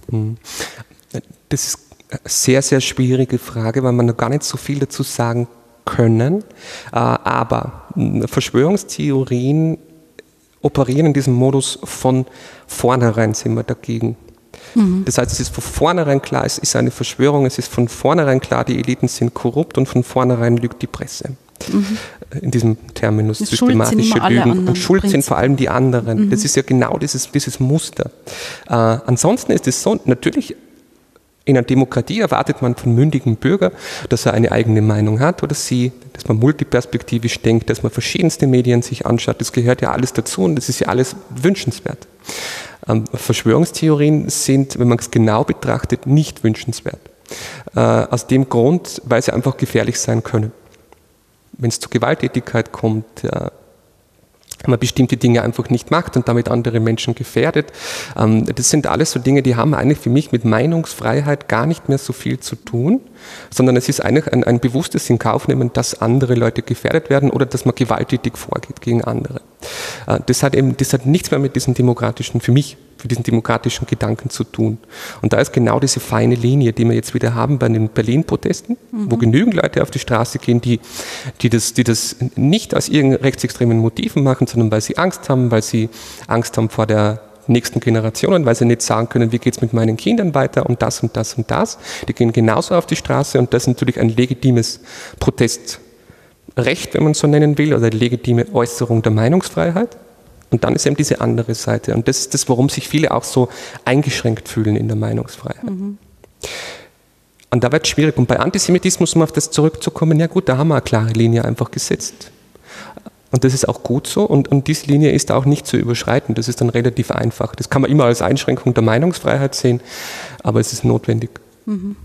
Das ist eine sehr, sehr schwierige Frage, weil man noch gar nicht so viel dazu sagen können, aber Verschwörungstheorien operieren in diesem Modus von vornherein, sind wir dagegen. Mhm. Das heißt, es ist von vornherein klar, es ist eine Verschwörung, es ist von vornherein klar, die Eliten sind korrupt, und von vornherein lügt die Presse. Mhm. In diesem Terminus, das systematische Lügen. Und schuld sind vor allem die anderen. Mhm. Das ist ja genau dieses, dieses Muster. Äh, ansonsten ist es so, natürlich, in einer Demokratie erwartet man von mündigen Bürgern, dass er eine eigene Meinung hat oder sie, dass man multiperspektivisch denkt, dass man verschiedenste Medien sich anschaut. Das gehört ja alles dazu, und das ist ja alles wünschenswert. Ähm, Verschwörungstheorien sind, wenn man es genau betrachtet, nicht wünschenswert. Äh, aus dem Grund, weil sie einfach gefährlich sein können. Wenn es zu Gewalttätigkeit kommt, ja, man bestimmte Dinge einfach nicht macht und damit andere Menschen gefährdet. Das sind alles so Dinge, die haben eigentlich für mich mit Meinungsfreiheit gar nicht mehr so viel zu tun, sondern es ist eigentlich ein, ein bewusstes Inkaufnehmen, dass andere Leute gefährdet werden oder dass man gewalttätig vorgeht gegen andere. Das hat eben, das hat nichts mehr mit diesem demokratischen, für mich, für diesen demokratischen Gedanken zu tun. Und da ist genau diese feine Linie, die wir jetzt wieder haben bei den Berlin-Protesten, mhm. wo genügend Leute auf die Straße gehen, die, die, das, die das nicht aus irgendeinen rechtsextremen Motiven machen, sondern weil sie Angst haben, weil sie Angst haben vor der nächsten Generationen, weil sie nicht sagen können, wie geht es mit meinen Kindern weiter und das und das und das. Die gehen genauso auf die Straße und das ist natürlich ein legitimes Protestrecht, wenn man es so nennen will, oder eine legitime Äußerung der Meinungsfreiheit. Und dann ist eben diese andere Seite. Und das ist das, warum sich viele auch so eingeschränkt fühlen in der Meinungsfreiheit. Mhm. Und da wird es schwierig. Und bei Antisemitismus, um auf das zurückzukommen, ja gut, da haben wir eine klare Linie einfach gesetzt. Und das ist auch gut so. Und, und diese Linie ist auch nicht zu überschreiten. Das ist dann relativ einfach. Das kann man immer als Einschränkung der Meinungsfreiheit sehen, aber es ist notwendig. Mhm.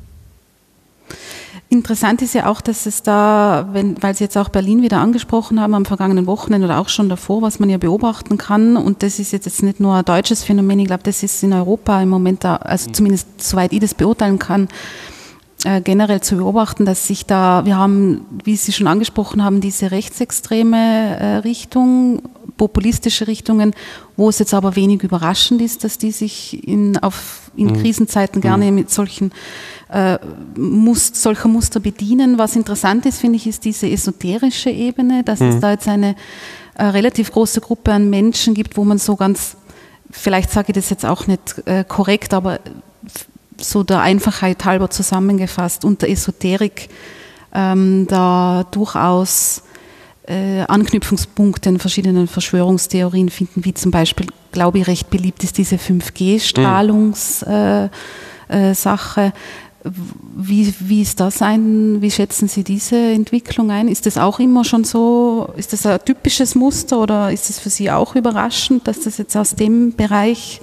Interessant ist ja auch, dass es da, wenn, weil Sie jetzt auch Berlin wieder angesprochen haben, am vergangenen Wochenende oder auch schon davor, was man ja beobachten kann, und das ist jetzt nicht nur ein deutsches Phänomen, ich glaube, das ist in Europa im Moment, da, also zumindest soweit ich das beurteilen kann, äh, generell zu beobachten, dass sich da, wir haben, wie Sie schon angesprochen haben, diese rechtsextreme äh, Richtung, populistische Richtungen, wo es jetzt aber wenig überraschend ist, dass die sich in, auf, in mhm. Krisenzeiten gerne mit solchen äh, Must, solcher Muster bedienen. Was interessant ist, finde ich, ist diese esoterische Ebene, dass mhm. es da jetzt eine äh, relativ große Gruppe an Menschen gibt, wo man so ganz, vielleicht sage ich das jetzt auch nicht äh, korrekt, aber so der Einfachheit halber zusammengefasst, unter Esoterik ähm, da durchaus Äh, Anknüpfungspunkte in verschiedenen Verschwörungstheorien finden, wie zum Beispiel, glaube ich, recht beliebt ist diese fünf G Strahlungssache. Äh, äh, wie, wie ist das ein, wie schätzen Sie diese Entwicklung ein? Ist das auch immer schon so, ist das ein typisches Muster oder ist es für Sie auch überraschend, dass das jetzt aus dem Bereich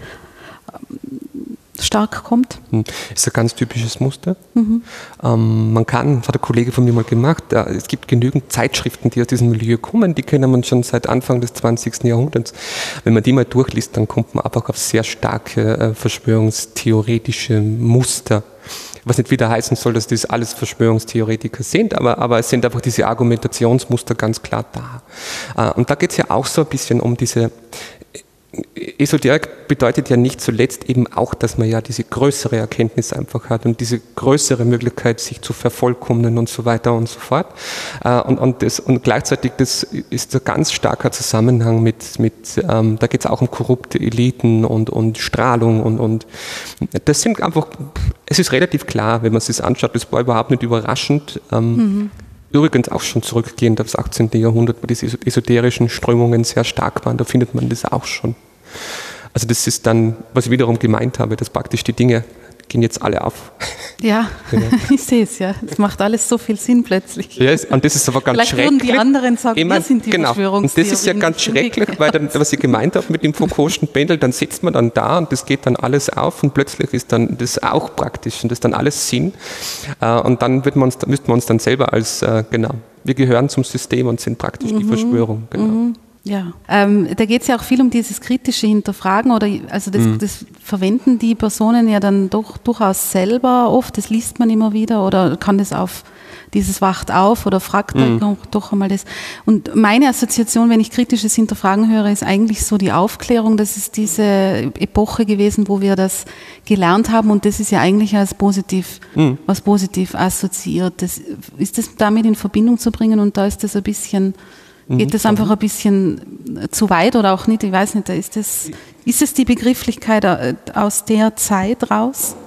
stark kommt? Ist ein ganz typisches Muster. Mhm. Ähm, man kann, das hat ein Kollege von mir mal gemacht, äh, es gibt genügend Zeitschriften, die aus diesem Milieu kommen, die kennen man schon seit Anfang des zwanzigsten Jahrhunderts. Wenn man die mal durchliest, dann kommt man einfach auf sehr starke äh, verschwörungstheoretische Muster. Was nicht wieder heißen soll, dass das alles Verschwörungstheoretiker sind, aber, aber es sind einfach diese Argumentationsmuster ganz klar da. Äh, und da geht es ja auch so ein bisschen um diese Esoterik bedeutet ja nicht zuletzt eben auch, dass man ja diese größere Erkenntnis einfach hat und diese größere Möglichkeit, sich zu vervollkommnen und so weiter und so fort. Und, und, das, und gleichzeitig das ist ein ganz starker Zusammenhang mit, mit ähm, da geht es auch um korrupte Eliten und, und Strahlung und, und das sind einfach, es ist relativ klar, wenn man es sich anschaut, das war überhaupt nicht überraschend. Ähm, mhm. Übrigens auch schon zurückgehend aufs achtzehnten Jahrhundert, wo diese esoterischen Strömungen sehr stark waren, da findet man das auch schon. Also das ist dann, was ich wiederum gemeint habe, dass praktisch die Dinge gehen jetzt alle auf. Ja, ja. Ich sehe es, ja. Es macht alles so viel Sinn plötzlich. Ja, und das ist aber ganz Vielleicht schrecklich. Vielleicht würden die anderen sagen, ich mein, wir sind die genau. Verschwörungstheorien. Und das ist ja ganz schrecklich, weil dann, was ich gemeint habe mit dem Foucault'schen Pendel, dann sitzt man dann da und das geht dann alles auf und plötzlich ist dann das auch praktisch und das ist dann alles Sinn. Und dann wird man uns, müssten wir uns dann selber als, genau, wir gehören zum System und sind praktisch mhm. die Verschwörung. Genau. Mhm. Ja, ähm, da geht es ja auch viel um dieses kritische Hinterfragen oder also das, mhm. das verwenden die Personen ja dann doch durchaus selber oft, das liest man immer wieder oder kann das auf dieses wacht auf oder fragt mhm. doch einmal das. Und meine Assoziation, wenn ich kritisches Hinterfragen höre, ist eigentlich so die Aufklärung, das ist diese Epoche gewesen, wo wir das gelernt haben und das ist ja eigentlich als positiv, mhm. was positiv assoziiert. Das, ist das damit in Verbindung zu bringen und da ist das ein bisschen... Geht das einfach ein bisschen zu weit oder auch nicht? Ich weiß nicht, ist das, ist das die Begrifflichkeit aus der Zeit raus?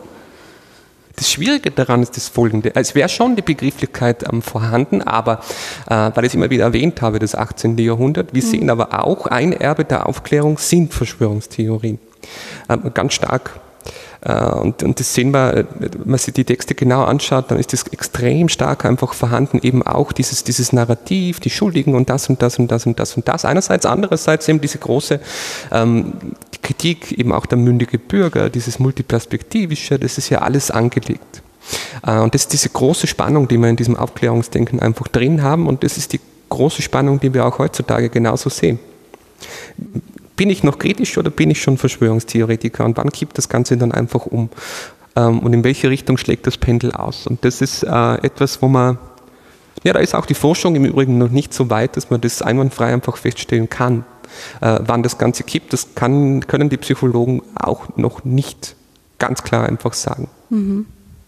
Das Schwierige daran ist das Folgende. Es wäre schon die Begrifflichkeit ähm, vorhanden, aber äh, weil ich es immer wieder erwähnt habe, das achtzehnten Jahrhundert, wir mhm. sehen aber auch, ein Erbe der Aufklärung sind Verschwörungstheorien. Ähm, ganz stark. Und, und das sehen wir, wenn man sich die Texte genau anschaut, dann ist das extrem stark einfach vorhanden, eben auch dieses, dieses Narrativ, die Schuldigen und das und das und das und das und das. Einerseits, andererseits eben diese große ähm, Kritik, eben auch der mündige Bürger, dieses Multiperspektivische, das ist ja alles angelegt. Äh, und das ist diese große Spannung, die wir in diesem Aufklärungsdenken einfach drin haben und das ist die große Spannung, die wir auch heutzutage genauso sehen. Bin ich noch kritisch oder bin ich schon Verschwörungstheoretiker? Und wann kippt das Ganze dann einfach um? Ähm, und in welche Richtung schlägt das Pendel aus? Und das ist äh, etwas, wo man, ja, da ist auch die Forschung im Übrigen noch nicht so weit, dass man das einwandfrei einfach feststellen kann. Äh, wann das Ganze kippt, das kann, können die Psychologen auch noch nicht ganz klar einfach sagen. Mhm.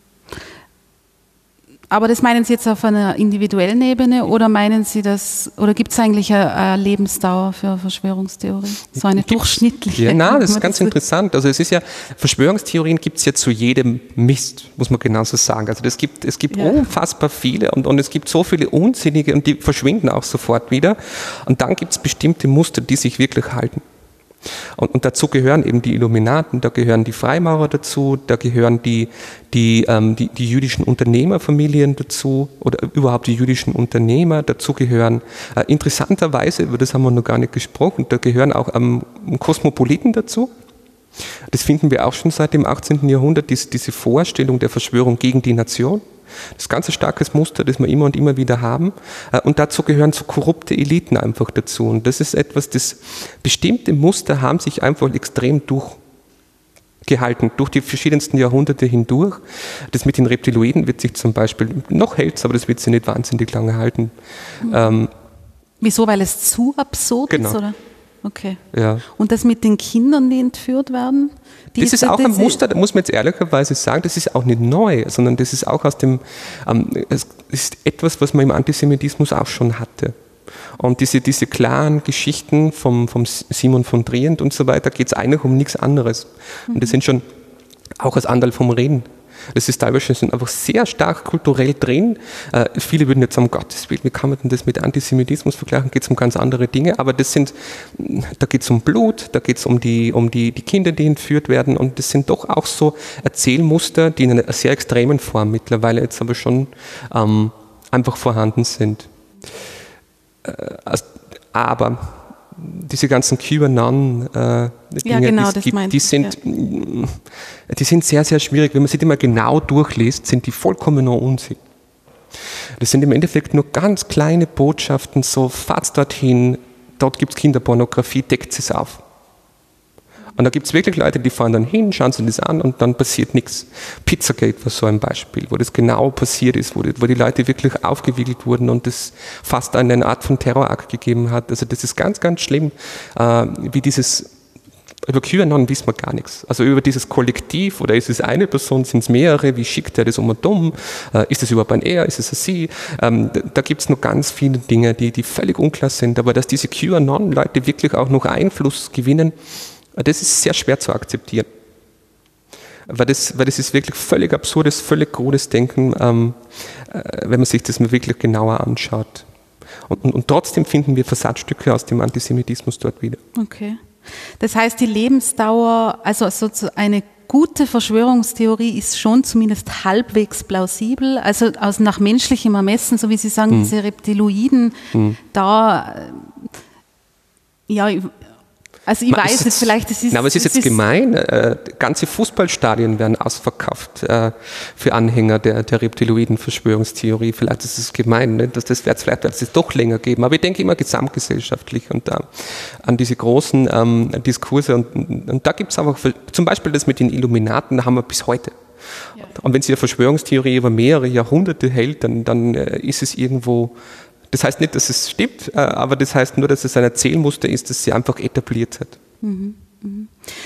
Aber das meinen Sie jetzt auf einer individuellen Ebene oder meinen Sie das, oder gibt es eigentlich eine, eine Lebensdauer für Verschwörungstheorie? So eine Gibt's, durchschnittliche? Ja, nein, das ist ganz das interessant. Also es ist ja, Verschwörungstheorien gibt es ja zu jedem Mist, muss man genauso sagen. Also das gibt, es gibt ja. unfassbar viele und, und es gibt so viele unsinnige und die verschwinden auch sofort wieder. Und dann gibt es bestimmte Muster, die sich wirklich halten. Und, und dazu gehören eben die Illuminaten, da gehören die Freimaurer dazu, da gehören die, die, ähm, die, die jüdischen Unternehmerfamilien dazu oder überhaupt die jüdischen Unternehmer. Dazu gehören äh, interessanterweise, über das haben wir noch gar nicht gesprochen, da gehören auch ähm, Kosmopoliten dazu. Das finden wir auch schon seit dem achtzehnten Jahrhundert, diese, diese Vorstellung der Verschwörung gegen die Nation. Das ist ein ganz starkes Muster, das wir immer und immer wieder haben. Und dazu gehören so korrupte Eliten einfach dazu. Und das ist etwas, das bestimmte Muster haben sich einfach extrem durchgehalten, durch die verschiedensten Jahrhunderte hindurch. Das mit den Reptiloiden wird sich zum Beispiel, noch hält, aber das wird sich nicht wahnsinnig lange halten. Mhm. Ähm, Wieso? Weil es zu absurd genau. ist, oder? Okay. Ja. Und das mit den Kindern, die entführt werden? Die das ist auch ein Muster, da muss man jetzt ehrlicherweise sagen, das ist auch nicht neu, sondern das ist auch aus dem, ähm, es ist etwas, was man im Antisemitismus auch schon hatte. Und diese, diese klaren Geschichten vom, vom Simon von Trient und so weiter, geht es eigentlich um nichts anderes. Mhm. Und das sind schon auch als Anderl vom Reden. Das ist teilweise schon einfach sehr stark kulturell drin. Äh, viele würden jetzt sagen, um Gottes Willen, wie kann man denn das mit Antisemitismus vergleichen? Geht es um ganz andere Dinge, aber das sind, da geht es um Blut, da geht es um, die, um die, die Kinder, die entführt werden und das sind doch auch so Erzählmuster, die in einer sehr extremen Form mittlerweile jetzt aber schon ähm, einfach vorhanden sind. Äh, also, aber diese ganzen QAnon äh, Dinge, ja, genau, die, das gibt, meint die, ich, sind, ja. die sind sehr, sehr schwierig. Wenn man sie die mal genau durchliest, sind die vollkommener Unsinn. Das sind im Endeffekt nur ganz kleine Botschaften, so fahrt's dorthin, dort gibt es Kinderpornografie, deckt es auf. Und da gibt es wirklich Leute, die fahren dann hin, schauen sich das an und dann passiert nichts. Pizzagate war so ein Beispiel, wo das genau passiert ist, wo die, wo die Leute wirklich aufgewiegelt wurden und es fast eine Art von Terrorakt gegeben hat. Also das ist ganz, ganz schlimm, äh, wie dieses, über QAnon wissen wir gar nichts. Also über dieses Kollektiv, oder ist es eine Person, sind es mehrere, wie schickt er das um und um, äh, ist es überhaupt ein Er, ist es ein Sie? Ähm, da da gibt es noch ganz viele Dinge, die, die völlig unklar sind, aber dass diese QAnon-Leute wirklich auch noch Einfluss gewinnen, das ist sehr schwer zu akzeptieren. Weil das, weil das ist wirklich völlig absurdes, völlig krudes Denken, ähm, äh, wenn man sich das mal wirklich genauer anschaut. Und, und, und trotzdem finden wir Versatzstücke aus dem Antisemitismus dort wieder. Okay. Das heißt, die Lebensdauer, also eine gute Verschwörungstheorie ist schon zumindest halbwegs plausibel. Also aus, nach menschlichem Ermessen, so wie Sie sagen, hm. diese Reptiloiden, hm. da, ja, also ich Man weiß es vielleicht, es ist... Na, aber es ist jetzt ist gemein, äh, ganze Fußballstadien werden ausverkauft äh, für Anhänger der, der Reptiloiden-Verschwörungstheorie. Vielleicht ist es gemein, ne? dass das vielleicht wird es doch länger geben. Aber ich denke immer gesamtgesellschaftlich und äh, an diese großen ähm, Diskurse. Und, und da gibt es einfach, zum Beispiel das mit den Illuminaten, da haben wir bis heute. Ja. Und wenn sie eine Verschwörungstheorie über mehrere Jahrhunderte hält, dann, dann äh, ist es irgendwo... Das heißt nicht, dass es stimmt, aber das heißt nur, dass es ein Erzählmuster ist, das sie einfach etabliert hat. Mhm, mhm.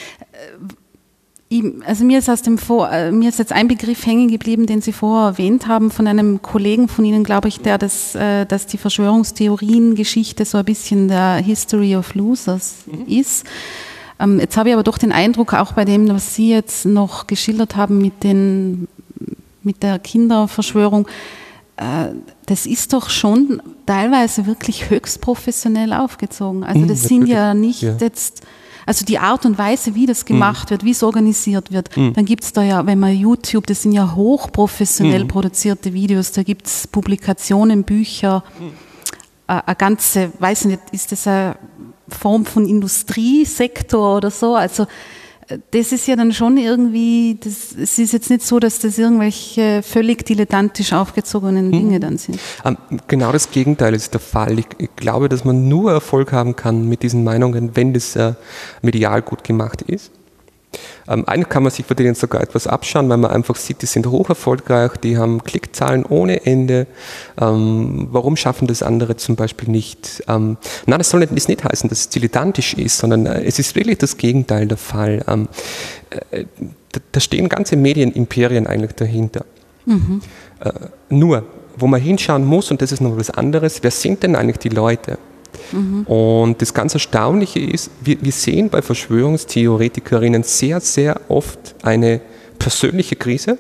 Also mir ist aus dem Vor, mir ist jetzt ein Begriff hängen geblieben, den Sie vorher erwähnt haben, von einem Kollegen von Ihnen, glaube ich, der das, dass die Verschwörungstheorien-Geschichte so ein bisschen der History of Losers mhm. ist. Jetzt habe ich aber doch den Eindruck, auch bei dem, was Sie jetzt noch geschildert haben mit den, mit der Kinderverschwörung, das ist doch schon teilweise wirklich höchst professionell aufgezogen. Also das mhm, sind ja nicht ja. jetzt, also die Art und Weise, wie das gemacht mhm. wird, wie es organisiert wird, mhm. dann gibt es da ja, wenn man YouTube, das sind ja hochprofessionell mhm. produzierte Videos, da gibt es Publikationen, Bücher, mhm. äh, eine ganze, weiß ich nicht, ist das eine Form von Industriesektor oder so, also das ist ja dann schon irgendwie, das, es ist jetzt nicht so, dass das irgendwelche völlig dilettantisch aufgezogenen Dinge hm. dann sind. Genau das Gegenteil ist der Fall. Ich, ich glaube, dass man nur Erfolg haben kann mit diesen Meinungen, wenn das äh, medial gut gemacht ist. Ähm, eine kann man sich von denen sogar etwas abschauen, weil man einfach sieht, die sind hoch erfolgreich, die haben Klickzahlen ohne Ende. Ähm, warum schaffen das andere zum Beispiel nicht? Ähm, nein, das soll nicht, das nicht heißen, dass es dilettantisch ist, sondern äh, es ist wirklich das Gegenteil der Fall. Ähm, äh, da, da stehen ganze Medienimperien eigentlich dahinter. Mhm. Äh, nur, wo man hinschauen muss, und das ist noch was anderes, wer sind denn eigentlich die Leute? Mhm. Und das ganz Erstaunliche ist, wir, wir sehen bei Verschwörungstheoretikerinnen sehr, sehr oft eine persönliche Krise.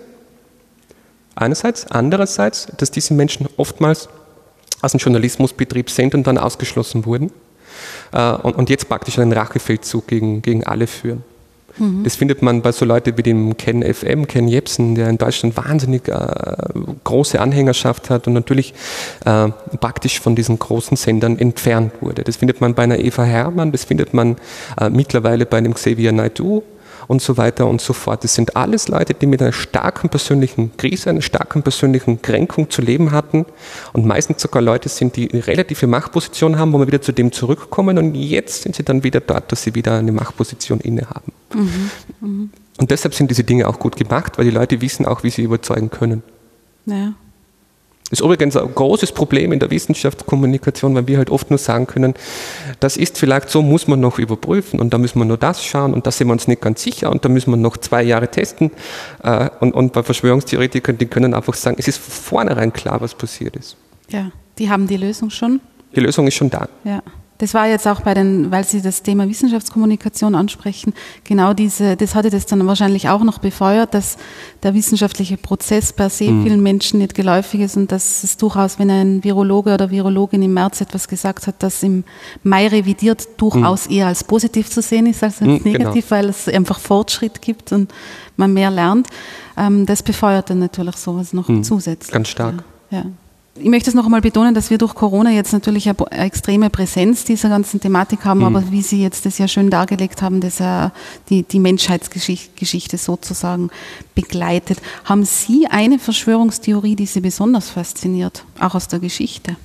Einerseits, andererseits, dass diese Menschen oftmals aus dem Journalismusbetrieb sind und dann ausgeschlossen wurden äh, und, und jetzt praktisch einen Rachefeldzug gegen, gegen alle führen. Mhm. Das findet man bei so Leuten wie dem Ken F M, Ken Jebsen, der in Deutschland wahnsinnig äh, große Anhängerschaft hat und natürlich äh, praktisch von diesen großen Sendern entfernt wurde. Das findet man bei einer Eva Herrmann, das findet man äh, mittlerweile bei einem Xavier Naidoo und so weiter und so fort. Das sind alles Leute, die mit einer starken persönlichen Krise, einer starken persönlichen Kränkung zu leben hatten und meistens sogar Leute sind, die eine relative Machtposition haben, wo wir wieder zu dem zurückkommen und jetzt sind sie dann wieder dort, dass sie wieder eine Machtposition innehaben. Mhm. Mhm. Und deshalb sind diese Dinge auch gut gemacht, weil die Leute wissen auch, wie sie überzeugen können. Ja. Das ist übrigens ein großes Problem in der Wissenschaftskommunikation, weil wir halt oft nur sagen können, das ist vielleicht so, muss man noch überprüfen und da müssen wir nur das schauen und da sind wir uns nicht ganz sicher und da müssen wir noch zwei Jahre testen. Und, und bei Verschwörungstheoretikern, die können einfach sagen, es ist von vornherein klar, was passiert ist. Ja, die haben die Lösung schon. Die Lösung ist schon da. Ja. Das war jetzt auch bei den, weil Sie das Thema Wissenschaftskommunikation ansprechen, genau diese, das hatte das dann wahrscheinlich auch noch befeuert, dass der wissenschaftliche Prozess per se mhm. vielen Menschen nicht geläufig ist und dass es durchaus, wenn ein Virologe oder Virologin im März etwas gesagt hat, das im Mai revidiert, durchaus mhm. eher als positiv zu sehen ist als, als mhm, negativ, genau. weil es einfach Fortschritt gibt und man mehr lernt. Das befeuert dann natürlich sowas noch mhm. zusätzlich. Ganz stark. Ja. Ja. Ich möchte es noch einmal betonen, dass wir durch Corona jetzt natürlich eine extreme Präsenz dieser ganzen Thematik haben, mhm. aber wie Sie jetzt das ja schön dargelegt haben, dass er die, die Menschheitsgeschichte sozusagen begleitet. Haben Sie eine Verschwörungstheorie, die Sie besonders fasziniert, auch aus der Geschichte?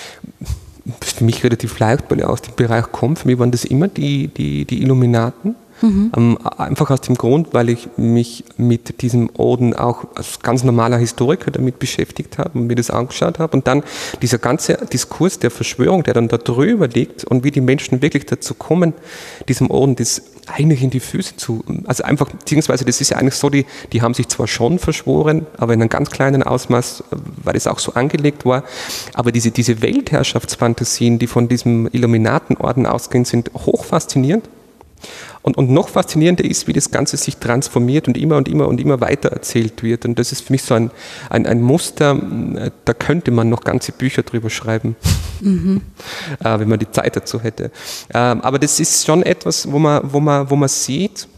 Das ist für mich relativ leicht, weil ich aus dem Bereich komme. Für mich waren das immer die, die, die Illuminaten. Mhm. Ähm, einfach aus dem Grund, weil ich mich mit diesem Orden auch als ganz normaler Historiker damit beschäftigt habe und mir das angeschaut habe. Und dann dieser ganze Diskurs der Verschwörung, der dann da drüber liegt und wie die Menschen wirklich dazu kommen, diesem Orden das eigentlich in die Füße zu, also einfach, beziehungsweise das ist ja eigentlich so, die, die haben sich zwar schon verschworen, aber in einem ganz kleinen Ausmaß, weil es auch so angelegt war, aber diese, diese Weltherrschaftsfantasien, die von diesem Illuminatenorden ausgehen, sind hoch faszinierend. Und, und noch faszinierender ist, wie das Ganze sich transformiert und immer und immer und immer weiter erzählt wird. Und das ist für mich so ein, ein, ein Muster, da könnte man noch ganze Bücher drüber schreiben, mhm. äh, wenn man die Zeit dazu hätte. Äh, aber das ist schon etwas, wo man, wo man, wo man sieht,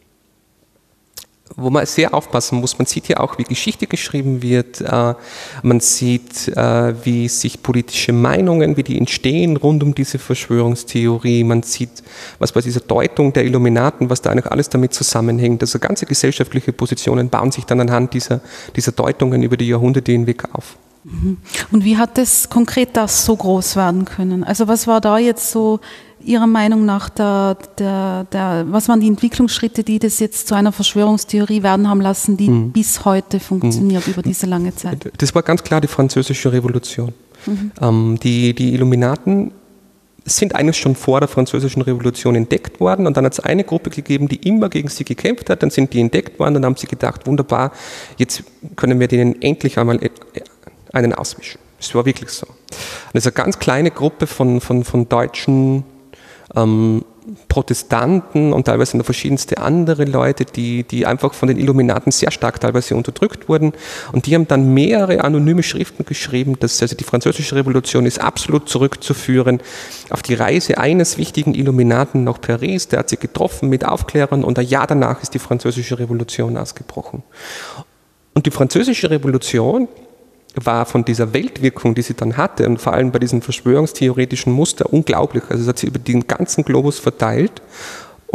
wo man sehr aufpassen muss. Man sieht ja auch, wie Geschichte geschrieben wird. Man sieht, wie sich politische Meinungen, wie die entstehen rund um diese Verschwörungstheorie. Man sieht, was bei dieser Deutung der Illuminaten, was da eigentlich alles damit zusammenhängt. Also ganze gesellschaftliche Positionen bauen sich dann anhand dieser, dieser Deutungen über die Jahrhunderte hinweg auf. Und wie hat das konkret das so groß werden können? Also was war da jetzt so Ihrer Meinung nach, der, der, der, was waren die Entwicklungsschritte, die das jetzt zu einer Verschwörungstheorie werden haben lassen, die mhm. bis heute funktioniert mhm. über diese lange Zeit? Das war ganz klar die Französische Revolution. Mhm. Ähm, die, die Illuminaten sind eigentlich schon vor der Französischen Revolution entdeckt worden und dann hat es eine Gruppe gegeben, die immer gegen sie gekämpft hat, dann sind die entdeckt worden und dann haben sie gedacht, wunderbar, jetzt können wir denen endlich einmal einen auswischen. Das war wirklich so. Und das ist eine ganz kleine Gruppe von, von, von deutschen ähm, Protestanten und teilweise noch verschiedenste andere Leute, die, die einfach von den Illuminaten sehr stark teilweise unterdrückt wurden. Und die haben dann mehrere anonyme Schriften geschrieben, dass also die Französische Revolution ist absolut zurückzuführen auf die Reise eines wichtigen Illuminaten nach Paris. Der hat sie getroffen mit Aufklärern und ein Jahr danach ist die Französische Revolution ausgebrochen. Und die Französische Revolution war von dieser Weltwirkung, die sie dann hatte und vor allem bei diesem verschwörungstheoretischen Muster unglaublich. Also es hat sie über den ganzen Globus verteilt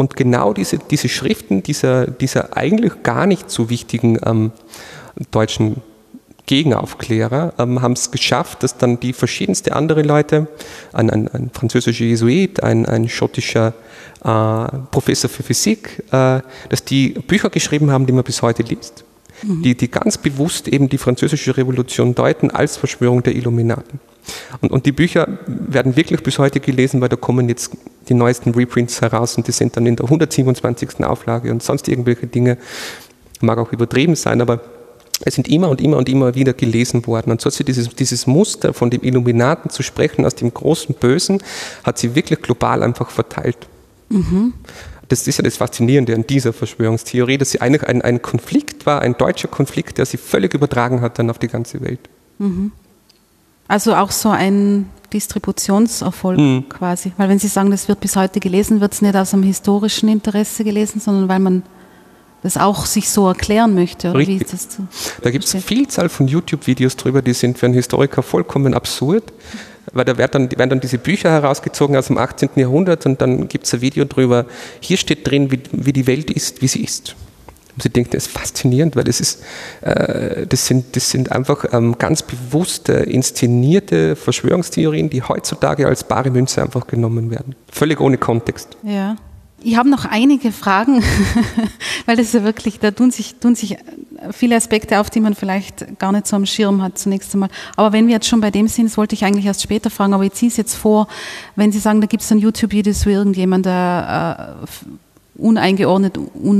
und genau diese, diese Schriften dieser, dieser eigentlich gar nicht so wichtigen ähm, deutschen Gegenaufklärer ähm, haben es geschafft, dass dann die verschiedensten andere Leute, ein, ein, ein französischer Jesuit, ein, ein schottischer äh, Professor für Physik, äh, dass die Bücher geschrieben haben, die man bis heute liest, mhm. die, die ganz bewusst eben die französische Revolution deuten als Verschwörung der Illuminaten. Und, und die Bücher werden wirklich bis heute gelesen, weil da kommen jetzt die neuesten Reprints heraus und die sind dann in der hundertsiebenundzwanzigsten Auflage und sonst irgendwelche Dinge, mag auch übertrieben sein, aber es sind immer und immer und immer wieder gelesen worden. Und so hat sie dieses, dieses Muster von dem Illuminaten zu sprechen, aus dem großen Bösen, hat sie wirklich global einfach verteilt. Mhm. Das ist ja das Faszinierende an dieser Verschwörungstheorie, dass sie eigentlich ein, ein Konflikt war, ein deutscher Konflikt, der sie völlig übertragen hat dann auf die ganze Welt. Mhm. Also auch so ein Distributionserfolg mhm. quasi. Weil wenn Sie sagen, das wird bis heute gelesen, wird es nicht aus einem historischen Interesse gelesen, sondern weil man das auch sich so erklären möchte. Oder wie ist das zu da gibt es eine Vielzahl von YouTube-Videos drüber, die sind für einen Historiker vollkommen absurd, weil da werden dann, werden dann diese Bücher herausgezogen aus dem achtzehnten Jahrhundert und dann gibt es ein Video drüber, hier steht drin, wie, wie die Welt ist, wie sie ist. Und sie denken, das ist faszinierend, weil das ist, äh, das sind, das sind einfach ähm, ganz bewusste, inszenierte Verschwörungstheorien, die heutzutage als bare Münze einfach genommen werden. Völlig ohne Kontext. Ja. Ich habe noch einige Fragen, weil das ja wirklich, da tun sich, tun sich viele Aspekte auf, die man vielleicht gar nicht so am Schirm hat zunächst einmal. Aber wenn wir jetzt schon bei dem sind, das wollte ich eigentlich erst später fragen, aber ich ziehe es jetzt vor, wenn Sie sagen, da gibt es dann YouTube-Videos, wo irgendjemand der äh, uneingeordnet,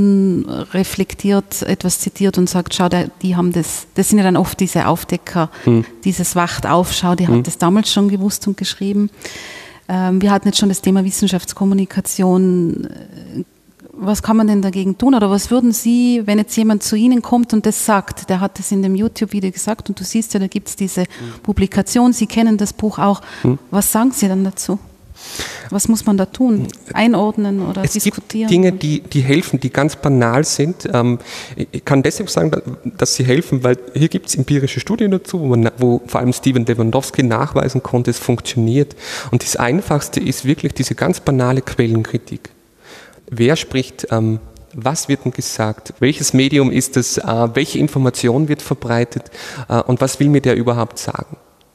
unreflektiert etwas zitiert und sagt, schau, die haben das, das sind ja dann oft diese Aufdecker, hm. dieses Wacht auf, schau, die hm. hat das damals schon gewusst und geschrieben. Ähm, wir hatten jetzt schon das Thema Wissenschaftskommunikation. Was kann man denn dagegen tun? Oder was würden Sie, wenn jetzt jemand zu Ihnen kommt und das sagt, der hat das in dem YouTube-Video gesagt und du siehst ja, da gibt es diese hm. Publikation, Sie kennen das Buch auch. Hm. Was sagen Sie dann dazu? Was muss man da tun? Einordnen oder es diskutieren? Es gibt Dinge, die, die helfen, die ganz banal sind. Ich kann deshalb sagen, dass sie helfen, weil hier gibt es empirische Studien dazu, wo, man, wo vor allem Steven Lewandowski nachweisen konnte, es funktioniert. Und das Einfachste ist wirklich diese ganz banale Quellenkritik. Wer spricht, was wird denn gesagt? Welches Medium ist es? Welche Information wird verbreitet? Und was will mir der überhaupt sagen?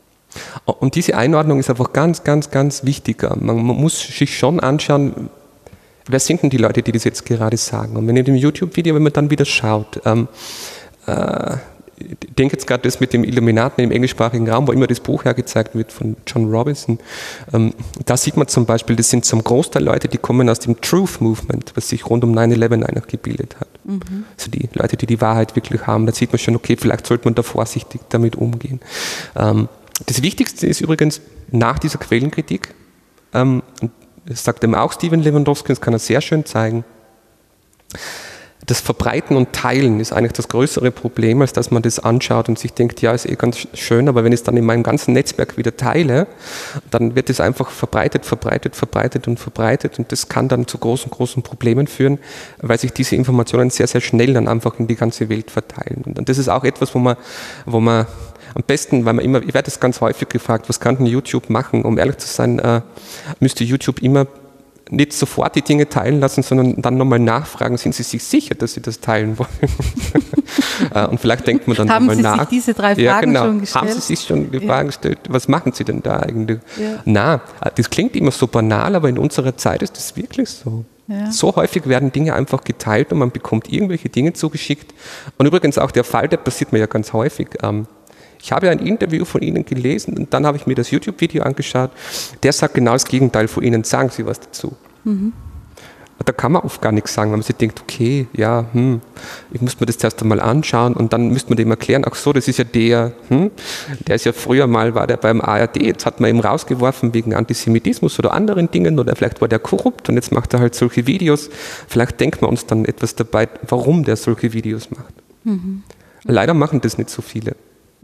Und diese Einordnung ist einfach ganz, ganz, ganz wichtig. Man muss sich schon anschauen, wer sind denn die Leute, die das jetzt gerade sagen? Und wenn in dem YouTube-Video, wenn man dann wieder schaut, ähm, äh, ich denke jetzt gerade das mit dem Illuminaten im englischsprachigen Raum, wo immer das Buch hergezeigt wird von John Robinson, ähm, da sieht man zum Beispiel, das sind zum Großteil Leute, die kommen aus dem Truth Movement, was sich rund um neun elf eigentlich gebildet hat. Mhm. Also die Leute, die die Wahrheit wirklich haben, da sieht man schon, okay, vielleicht sollte man da vorsichtig damit umgehen. Ähm, Das Wichtigste ist übrigens nach dieser Quellenkritik, ähm, das sagt eben auch Steven Lewandowski, das kann er sehr schön zeigen, das Verbreiten und Teilen ist eigentlich das größere Problem, als dass man das anschaut und sich denkt, ja, ist eh ganz schön, aber wenn ich es dann in meinem ganzen Netzwerk wieder teile, dann wird es einfach verbreitet, verbreitet, verbreitet und verbreitet und das kann dann zu großen, großen Problemen führen, weil sich diese Informationen sehr, sehr schnell dann einfach in die ganze Welt verteilen. Und das ist auch etwas, wo man, wo man am besten, weil man immer, ich werde das ganz häufig gefragt, was kann denn YouTube machen? Um ehrlich zu sein, äh, müsste YouTube immer nicht sofort die Dinge teilen lassen, sondern dann nochmal nachfragen, sind Sie sich sicher, dass Sie das teilen wollen? äh, und vielleicht denkt man dann nochmal nach. Haben Sie sich diese drei Fragen ja, genau. schon gestellt? Haben Sie sich schon die ja. Fragen gestellt, was machen Sie denn da eigentlich? Ja. Na, das klingt immer so banal, aber in unserer Zeit ist das wirklich so. Ja. So häufig werden Dinge einfach geteilt und man bekommt irgendwelche Dinge zugeschickt. Und übrigens auch der Fall, der passiert mir ja ganz häufig. Ähm, Ich habe ein Interview von Ihnen gelesen und dann habe ich mir das YouTube-Video angeschaut. Der sagt genau das Gegenteil von Ihnen. Sagen Sie was dazu. Mhm. Da kann man oft gar nichts sagen, weil man sich denkt, okay, ja, hm, ich muss mir das zuerst einmal anschauen und dann müsste man dem erklären, ach so, das ist ja der, hm, der ist ja früher mal, war der beim A R D, jetzt hat man ihn rausgeworfen wegen Antisemitismus oder anderen Dingen oder vielleicht war der korrupt und jetzt macht er halt solche Videos. Vielleicht denkt man uns dann etwas dabei, warum der solche Videos macht. Mhm. Leider machen das nicht so viele.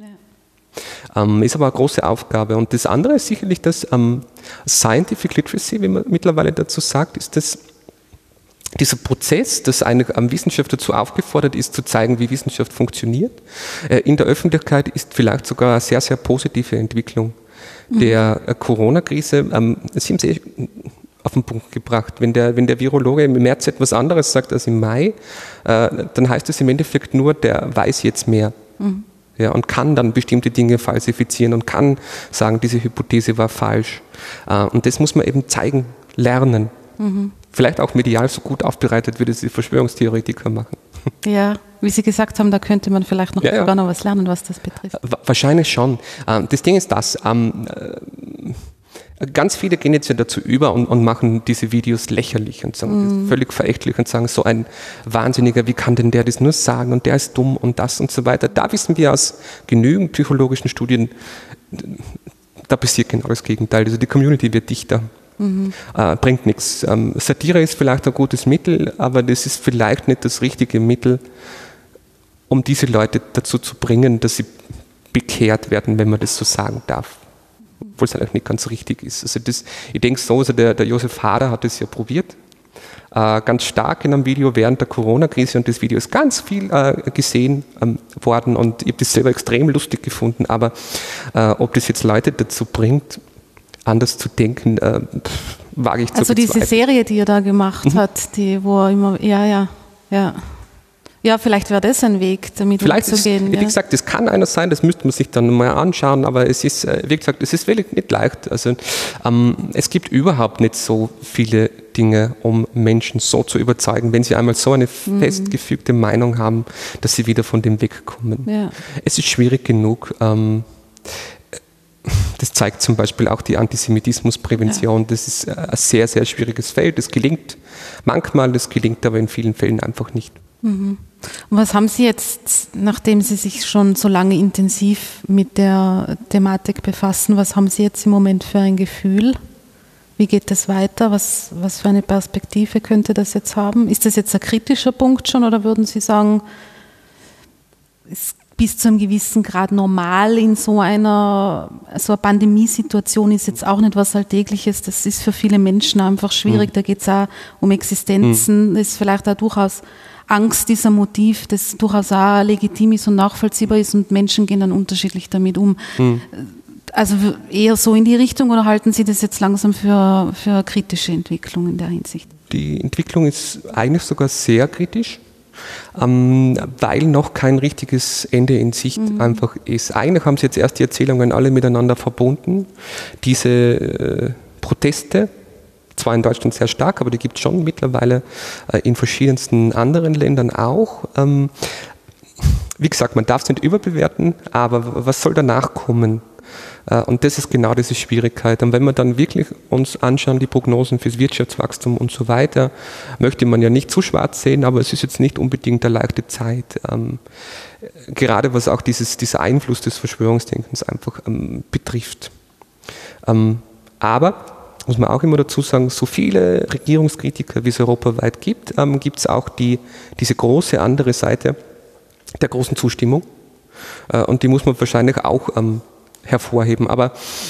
Ähm, ist aber eine große Aufgabe. Und das andere ist sicherlich das ähm, Scientific Literacy, wie man mittlerweile dazu sagt, ist das dieser Prozess, dass eine ähm, Wissenschaft dazu aufgefordert ist, zu zeigen, wie Wissenschaft funktioniert. Äh, in der Öffentlichkeit ist vielleicht sogar eine sehr, sehr positive Entwicklung mhm. der äh, Corona-Krise. Ähm, Sie haben es auf den Punkt gebracht. Wenn der, wenn der Virologe im März etwas anderes sagt als im Mai, äh, dann heißt es im Endeffekt nur, der weiß jetzt mehr. Mhm. Ja, und kann dann bestimmte Dinge falsifizieren und kann sagen, diese Hypothese war falsch. Äh, und das muss man eben zeigen, lernen. Mhm. Vielleicht auch medial so gut aufbereitet, wie das die Verschwörungstheoretiker machen. Ja, wie Sie gesagt haben, da könnte man vielleicht noch ja, sogar ja. noch was lernen, was das betrifft. Wahrscheinlich schon. Das Ding ist das, ganz viele gehen jetzt ja dazu über und, und machen diese Videos lächerlich und sagen, mm. völlig verächtlich und sagen, so ein Wahnsinniger, wie kann denn der das nur sagen und der ist dumm und das und so weiter. Da wissen wir aus genügend psychologischen Studien, da passiert genau das Gegenteil. Also die Community wird dichter. Mhm. Äh, bringt nichts. Ähm, Satire ist vielleicht ein gutes Mittel, aber das ist vielleicht nicht das richtige Mittel, um diese Leute dazu zu bringen, dass sie bekehrt werden, wenn man das so sagen darf. Obwohl es eigentlich nicht ganz richtig ist. Also das, ich denke so, also der, der Josef Hader hat es ja probiert, äh, ganz stark in einem Video während der Corona-Krise, und das Video ist ganz viel äh, gesehen ähm, worden und ich habe das selber extrem lustig gefunden, aber äh, ob das jetzt Leute dazu bringt, anders zu denken, äh, pff, wage ich zu Also diese Serie, die er da gemacht mhm. hat, die, wo er immer, ja, ja, ja. Ja, vielleicht wäre das ein Weg, damit vielleicht umzugehen. Ist, ja. Wie gesagt, das kann einer sein, das müsste man sich dann mal anschauen, aber es ist, wie gesagt, es ist wirklich nicht leicht. Also ähm, es gibt überhaupt nicht so viele Dinge, um Menschen so zu überzeugen, wenn sie einmal so eine mhm. festgefügte Meinung haben, dass sie wieder von dem wegkommen. Ja. Es ist schwierig genug. Ähm, Das zeigt zum Beispiel auch die Antisemitismusprävention. Ja. Das ist ein sehr, sehr schwieriges Feld. Das gelingt manchmal, das gelingt aber in vielen Fällen einfach nicht. Mhm. Und was haben Sie jetzt, nachdem Sie sich schon so lange intensiv mit der Thematik befassen, was haben Sie jetzt im Moment für ein Gefühl? Wie geht das weiter? Was, was für eine Perspektive könnte das jetzt haben? Ist das jetzt ein kritischer Punkt schon, oder würden Sie sagen, es bis zu einem gewissen Grad normal in so einer, so einer Pandemiesituation ist jetzt auch nicht was Alltägliches. Das ist für viele Menschen einfach schwierig. Mhm. Da geht es auch um Existenzen. Mhm. Das ist vielleicht auch durchaus Angst, dieser Motiv, das durchaus auch legitim ist und nachvollziehbar ist, und Menschen gehen dann unterschiedlich damit um. Mhm. Also eher so in die Richtung, oder halten Sie das jetzt langsam für, für eine kritische Entwicklung in der Hinsicht? Die Entwicklung ist eigentlich sogar sehr kritisch. Ähm, weil noch kein richtiges Ende in Sicht mhm. einfach ist. Eigentlich haben sie jetzt erst die Erzählungen alle miteinander verbunden. Diese äh, Proteste, zwar in Deutschland sehr stark, aber die gibt es schon mittlerweile äh, in verschiedensten anderen Ländern auch. Ähm, wie gesagt, man darf es nicht überbewerten, aber was soll danach kommen? Und das ist genau diese Schwierigkeit. Und wenn wir dann wirklich uns anschauen, die Prognosen fürs Wirtschaftswachstum und so weiter, möchte man ja nicht zu schwarz sehen, aber es ist jetzt nicht unbedingt eine leichte Zeit. Ähm, gerade was auch dieses, dieser Einfluss des Verschwörungsdenkens einfach ähm, betrifft. Ähm, aber, muss man auch immer dazu sagen, so viele Regierungskritiker, wie es europaweit gibt, ähm, gibt es auch die, diese große andere Seite der großen Zustimmung. Äh, und die muss man wahrscheinlich auch ähm, hervorheben. Aber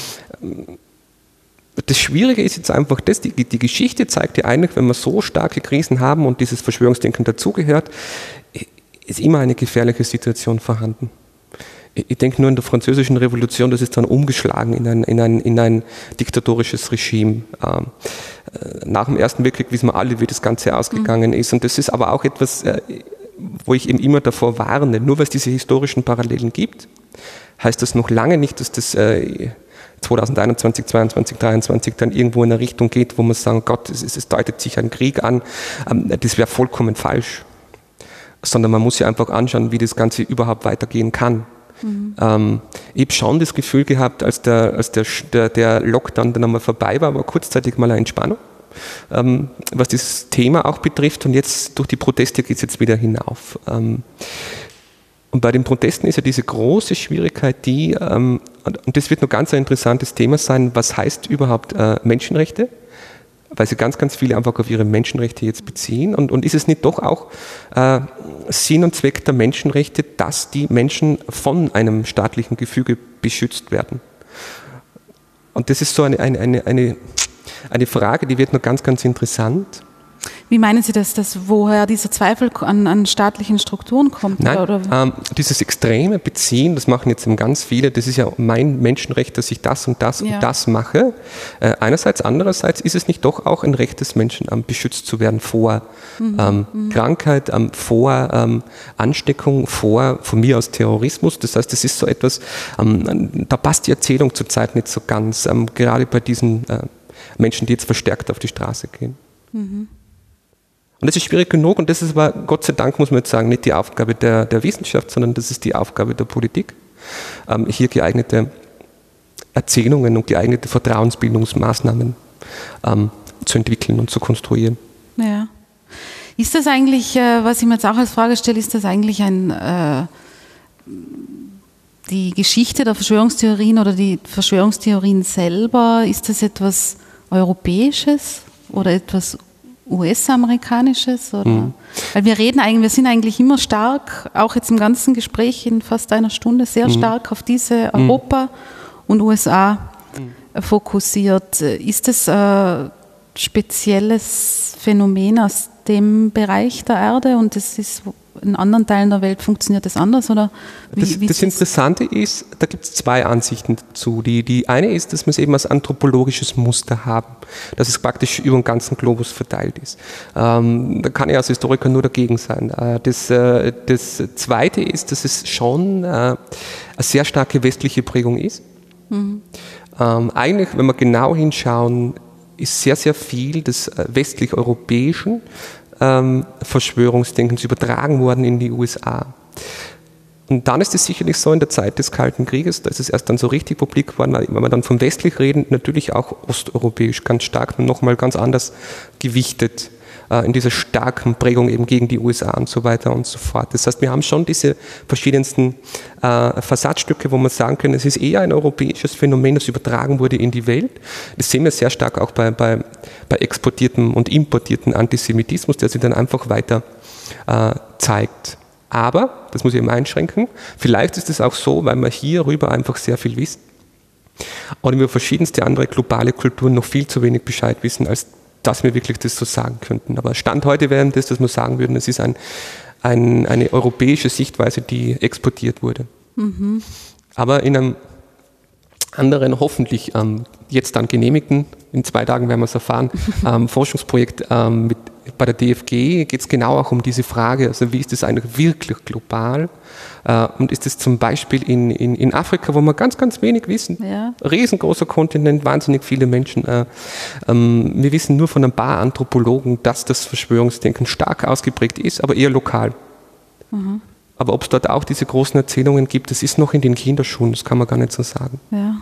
das Schwierige ist jetzt einfach das, die, die Geschichte zeigt ja eigentlich, wenn wir so starke Krisen haben und dieses Verschwörungsdenken dazugehört, ist immer eine gefährliche Situation vorhanden. Ich denke nur an der Französischen Revolution, das ist dann umgeschlagen in ein, in ein, in ein diktatorisches Regime. Nach dem Ersten Weltkrieg wissen wir alle, wie das Ganze ausgegangen ist. Und das ist aber auch etwas, wo ich eben immer davor warne, nur weil es diese historischen Parallelen gibt, heißt das noch lange nicht, dass das äh, zweitausendeinundzwanzig, zweiundzwanzig, dreiundzwanzig dann irgendwo in eine Richtung geht, wo man sagen, Gott, es, es deutet sich ein Krieg an. Ähm, das wäre vollkommen falsch. Sondern man muss sich einfach anschauen, wie das Ganze überhaupt weitergehen kann. Mhm. Ähm, ich habe schon das Gefühl gehabt, als der, als der, der, der Lockdown dann einmal vorbei war, war kurzzeitig mal eine Entspannung, ähm, was das Thema auch betrifft. Und jetzt durch die Proteste geht es jetzt wieder hinauf. Ähm, Und bei den Protesten ist ja diese große Schwierigkeit, die, ähm, und das wird noch ganz ein interessantes Thema sein, was heißt überhaupt äh, Menschenrechte? Weil sie ganz, ganz viele einfach auf ihre Menschenrechte jetzt beziehen. Und, und ist es nicht doch auch äh, Sinn und Zweck der Menschenrechte, dass die Menschen von einem staatlichen Gefüge beschützt werden? Und das ist so eine, eine, eine, eine, eine Frage, die wird noch ganz, ganz interessant. Wie meinen Sie das, dass woher dieser Zweifel an, an staatlichen Strukturen kommt? Nein, oder? Ähm, dieses extreme Beziehen, das machen jetzt ganz viele, das ist ja mein Menschenrecht, dass ich das und das ja. und das mache. Äh, einerseits, andererseits ist es nicht doch auch ein Recht des Menschen, ähm, beschützt zu werden vor mhm. Ähm, mhm. Krankheit, ähm, vor ähm, Ansteckung, vor von mir aus Terrorismus. Das heißt, das ist so etwas, ähm, da passt die Erzählung zurzeit nicht so ganz, ähm, gerade bei diesen äh, Menschen, die jetzt verstärkt auf die Straße gehen. Mhm. Und das ist schwierig genug und das ist aber, Gott sei Dank muss man jetzt sagen, nicht die Aufgabe der, der Wissenschaft, sondern das ist die Aufgabe der Politik, ähm, hier geeignete Erzählungen und geeignete Vertrauensbildungsmaßnahmen ähm, zu entwickeln und zu konstruieren. Ja. Ist das eigentlich, äh, was ich mir jetzt auch als Frage stelle, ist das eigentlich ein, äh, die Geschichte der Verschwörungstheorien oder die Verschwörungstheorien selber, ist das etwas Europäisches oder etwas U S-amerikanisches? Oder? Mhm. Weil wir reden eigentlich, wir sind eigentlich immer stark, auch jetzt im ganzen Gespräch in fast einer Stunde, sehr mhm. stark auf diese Europa mhm. und U S A mhm. fokussiert. Ist das ein spezielles Phänomen aus dem Bereich der Erde und das ist in anderen Teilen der Welt funktioniert das anders? Oder wie, das wie das Interessante ist, da gibt es zwei Ansichten dazu. Die, die eine ist, dass wir es eben als anthropologisches Muster haben, dass es praktisch über den ganzen Globus verteilt ist. Ähm, da kann ich als Historiker nur dagegen sein. Äh, das, äh, das Zweite ist, dass es schon äh, eine sehr starke westliche Prägung ist. Mhm. Ähm, eigentlich, wenn wir genau hinschauen, ist sehr, sehr viel des äh, westlich-europäischen ähm, Verschwörungsdenkens übertragen worden in die U S A. Und dann ist es sicherlich so in der Zeit des Kalten Krieges, da ist es erst dann so richtig publik geworden, weil wenn wir dann von westlich reden, natürlich auch osteuropäisch ganz stark und nochmal ganz anders gewichtet äh, in dieser starken Prägung eben gegen die U S A und so weiter und so fort. Das heißt, wir haben schon diese verschiedensten äh, Versatzstücke, wo man sagen kann, es ist eher ein europäisches Phänomen, das übertragen wurde in die Welt. Das sehen wir sehr stark auch bei, bei, bei exportiertem und importiertem Antisemitismus, der sich dann einfach weiter äh, zeigt. Aber, das muss ich eben einschränken, vielleicht ist es auch so, weil wir hierüber einfach sehr viel wissen und über verschiedenste andere globale Kulturen noch viel zu wenig Bescheid wissen, als dass wir wirklich das so sagen könnten. Aber Stand heute wäre das, dass wir sagen würden, es ist ein, ein, eine europäische Sichtweise, die exportiert wurde. Mhm. Aber in einem anderen, hoffentlich ähm, jetzt dann genehmigten, in zwei Tagen werden wir es erfahren, ähm, Forschungsprojekt ähm, mit, bei der D F G geht es genau auch um diese Frage, also wie ist das eigentlich wirklich global äh, und ist es zum Beispiel in, in, in Afrika, wo wir ganz, ganz wenig wissen, ja. Riesengroßer Kontinent, wahnsinnig viele Menschen, äh, ähm, wir wissen nur von ein paar Anthropologen, dass das Verschwörungsdenken stark ausgeprägt ist, aber eher lokal. Mhm. Aber ob es dort auch diese großen Erzählungen gibt, das ist noch in den Kinderschuhen, das kann man gar nicht so sagen. Ja.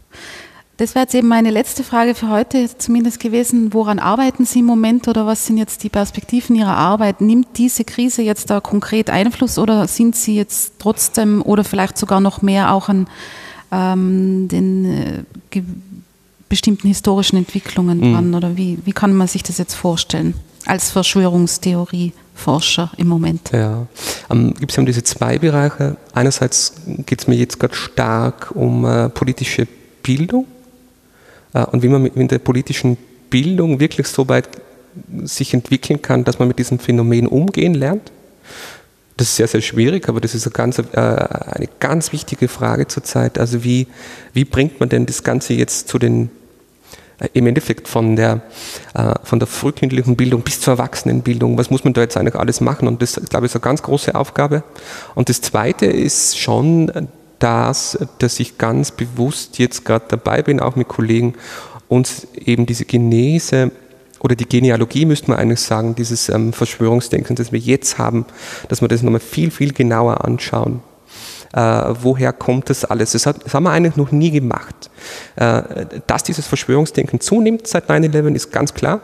Das wäre jetzt eben meine letzte Frage für heute zumindest gewesen. Woran arbeiten Sie im Moment oder was sind jetzt die Perspektiven Ihrer Arbeit? Nimmt diese Krise jetzt da konkret Einfluss oder sind Sie jetzt trotzdem oder vielleicht sogar noch mehr auch an ähm, den äh, ge- bestimmten historischen Entwicklungen dran? Mhm. Oder wie, wie kann man sich das jetzt vorstellen als Verschwörungstheorieforscher im Moment? Ja, ähm, gibt es ja um diese zwei Bereiche. Einerseits geht es mir jetzt gerade stark um äh, politische Bildung. Und wie man mit, mit der politischen Bildung wirklich so weit sich entwickeln kann, dass man mit diesem Phänomen umgehen lernt. Das ist sehr, sehr schwierig, aber das ist eine ganz, äh, eine ganz wichtige Frage zurzeit. Also wie, wie bringt man denn das Ganze jetzt zu den, äh, im Endeffekt von der, äh, von der frühkindlichen Bildung bis zur Erwachsenenbildung, was muss man da jetzt eigentlich alles machen? Und das, glaube ich, ist eine ganz große Aufgabe. Und das Zweite ist schon, Das, dass ich ganz bewusst jetzt gerade dabei bin, auch mit Kollegen, uns eben diese Genese oder die Genealogie, müsste man eigentlich sagen, dieses ähm, Verschwörungsdenken, das wir jetzt haben, dass wir das nochmal viel, viel genauer anschauen. Äh, woher kommt das alles? Das, hat, das haben wir eigentlich noch nie gemacht. Äh, dass dieses Verschwörungsdenken zunimmt seit neun elf ist ganz klar.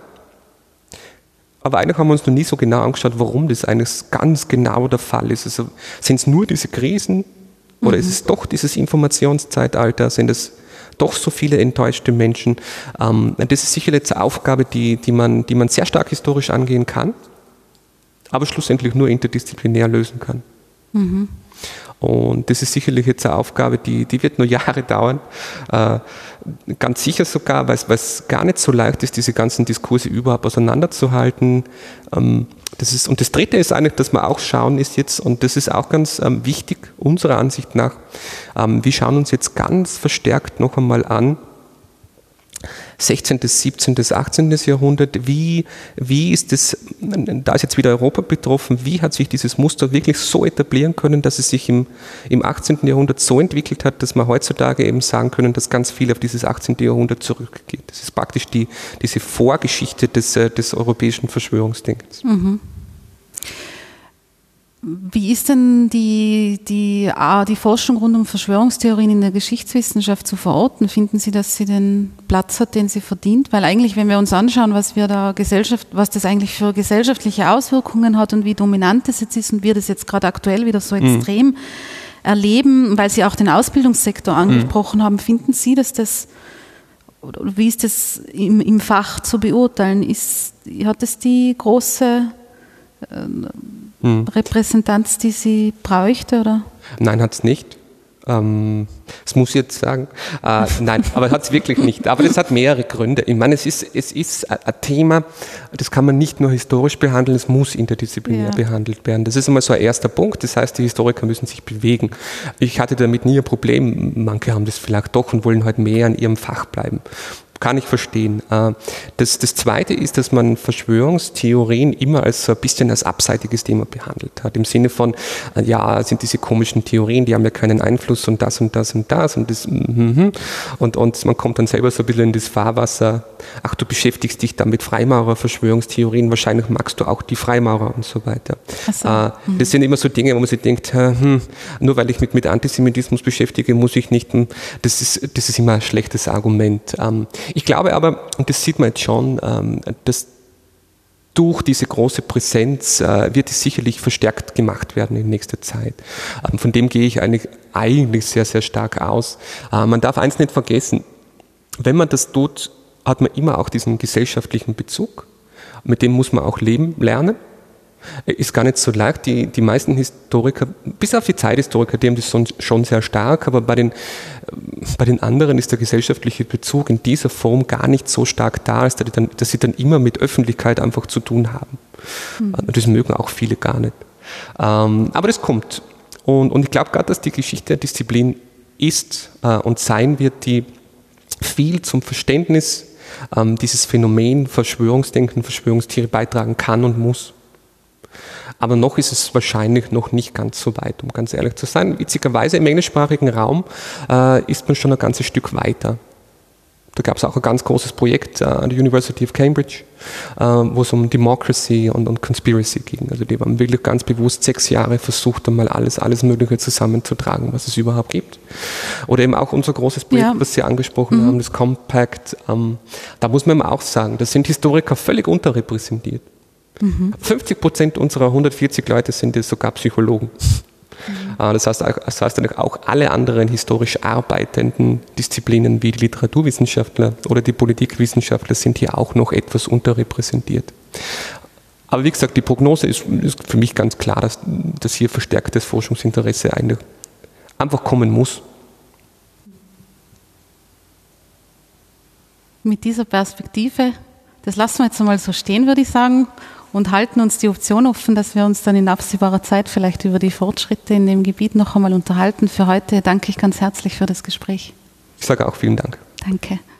Aber eigentlich haben wir uns noch nie so genau angeschaut, warum das eigentlich ganz genau der Fall ist. Also sind es nur diese Krisen? Oder mhm. ist es doch dieses Informationszeitalter? Sind es doch so viele enttäuschte Menschen? Ähm, das ist sicherlich eine Aufgabe, die, die, man, die man sehr stark historisch angehen kann, aber schlussendlich nur interdisziplinär lösen kann. Mhm. Und das ist sicherlich jetzt eine Aufgabe, die, die wird nur Jahre dauern. Äh, ganz sicher sogar, weil es gar nicht so leicht ist, diese ganzen Diskurse überhaupt auseinanderzuhalten. Ähm, das ist, und das Dritte ist eigentlich, dass wir auch schauen ist jetzt, und das ist auch ganz ähm, wichtig, unserer Ansicht nach, ähm, wir schauen uns jetzt ganz verstärkt noch einmal an, sechzehnten., siebzehnten., achtzehnten. Jahrhundert, wie, wie ist das, da ist jetzt wieder Europa betroffen, wie hat sich dieses Muster wirklich so etablieren können, dass es sich im, im achtzehnten. Jahrhundert so entwickelt hat, dass wir heutzutage eben sagen können, dass ganz viel auf dieses achtzehnten. Jahrhundert zurückgeht. Das ist praktisch die, diese Vorgeschichte des, des europäischen Verschwörungsdenkens. Mhm. Wie ist denn die, die, die Forschung rund um Verschwörungstheorien in der Geschichtswissenschaft zu verorten? Finden Sie, dass sie den Platz hat, den sie verdient? Weil eigentlich, wenn wir uns anschauen, was wir da Gesellschaft, was das eigentlich für gesellschaftliche Auswirkungen hat und wie dominant das jetzt ist und wir das jetzt gerade aktuell wieder so extrem mhm. erleben, weil Sie auch den Ausbildungssektor angesprochen mhm. haben, finden Sie, dass das, oder wie ist das im, im Fach zu beurteilen? Ist, hat es die große äh, Hm. Repräsentanz, die sie bräuchte, oder? Nein, hat es nicht. Ähm, das muss ich jetzt sagen. Äh, nein, aber hat es wirklich nicht. Aber das hat mehrere Gründe. Ich meine, es ist, es ist ein Thema, das kann man nicht nur historisch behandeln, es muss interdisziplinär ja. behandelt werden. Das ist einmal so ein erster Punkt. Das heißt, die Historiker müssen sich bewegen. Ich hatte damit nie ein Problem. Manche haben das vielleicht doch und wollen halt mehr an ihrem Fach bleiben. Kann ich verstehen. Das, das Zweite ist, dass man Verschwörungstheorien immer als so ein bisschen als abseitiges Thema behandelt hat. Im Sinne von, ja, sind diese komischen Theorien, die haben ja keinen Einfluss und das und das und das und das. Und, und man kommt dann selber so ein bisschen in das Fahrwasser. Ach, du beschäftigst dich da mit Freimaurer-Verschwörungstheorien, wahrscheinlich magst du auch die Freimaurer und so weiter. So. Das mhm. sind immer so Dinge, wo man sich denkt, hm, nur weil ich mich mit Antisemitismus beschäftige, muss ich nicht. Das ist, das ist immer ein schlechtes Argument. Ich glaube aber, und das sieht man jetzt schon, dass durch diese große Präsenz wird es sicherlich verstärkt gemacht werden in nächster Zeit. Von dem gehe ich eigentlich, eigentlich sehr, sehr stark aus. Man darf eins nicht vergessen, wenn man das tut, hat man immer auch diesen gesellschaftlichen Bezug. Mit dem muss man auch leben, lernen. Ist gar nicht so leicht. Die, die meisten Historiker, bis auf die Zeithistoriker, die haben das schon sehr stark, aber bei den, bei den anderen ist der gesellschaftliche Bezug in dieser Form gar nicht so stark da, als dass, dann, dass sie dann immer mit Öffentlichkeit einfach zu tun haben. Mhm. Das mögen auch viele gar nicht. Ähm, aber das kommt. Und, und ich glaube gerade, dass die Geschichte der Disziplin ist äh, und sein wird, die viel zum Verständnis ähm, dieses Phänomen Verschwörungsdenken, Verschwörungstheorie beitragen kann und muss. Aber noch ist es wahrscheinlich noch nicht ganz so weit, um ganz ehrlich zu sein. Witzigerweise im englischsprachigen Raum äh, ist man schon ein ganzes Stück weiter. Da gab es auch ein ganz großes Projekt äh, an der University of Cambridge, äh, wo es um Democracy und, und Conspiracy ging. Also die haben wirklich ganz bewusst sechs Jahre versucht, einmal alles, alles Mögliche zusammenzutragen, was es überhaupt gibt. Oder eben auch unser großes Projekt, ja. was Sie angesprochen mhm. haben, das Compact. Ähm, da muss man eben auch sagen, da sind Historiker völlig unterrepräsentiert. Mhm. fünfzig Prozent unserer hundertvierzig Leute sind sogar Psychologen. Mhm. Das heißt, das heißt auch alle anderen historisch arbeitenden Disziplinen wie die Literaturwissenschaftler oder die Politikwissenschaftler sind hier auch noch etwas unterrepräsentiert. Aber wie gesagt, die Prognose ist, ist für mich ganz klar, dass, dass hier verstärktes Forschungsinteresse eigentlich einfach kommen muss. Mit dieser Perspektive, das lassen wir jetzt einmal so stehen, würde ich sagen. Und halten uns die Option offen, dass wir uns dann in absehbarer Zeit vielleicht über die Fortschritte in dem Gebiet noch einmal unterhalten. Für heute danke ich ganz herzlich für das Gespräch. Ich sage auch vielen Dank. Danke.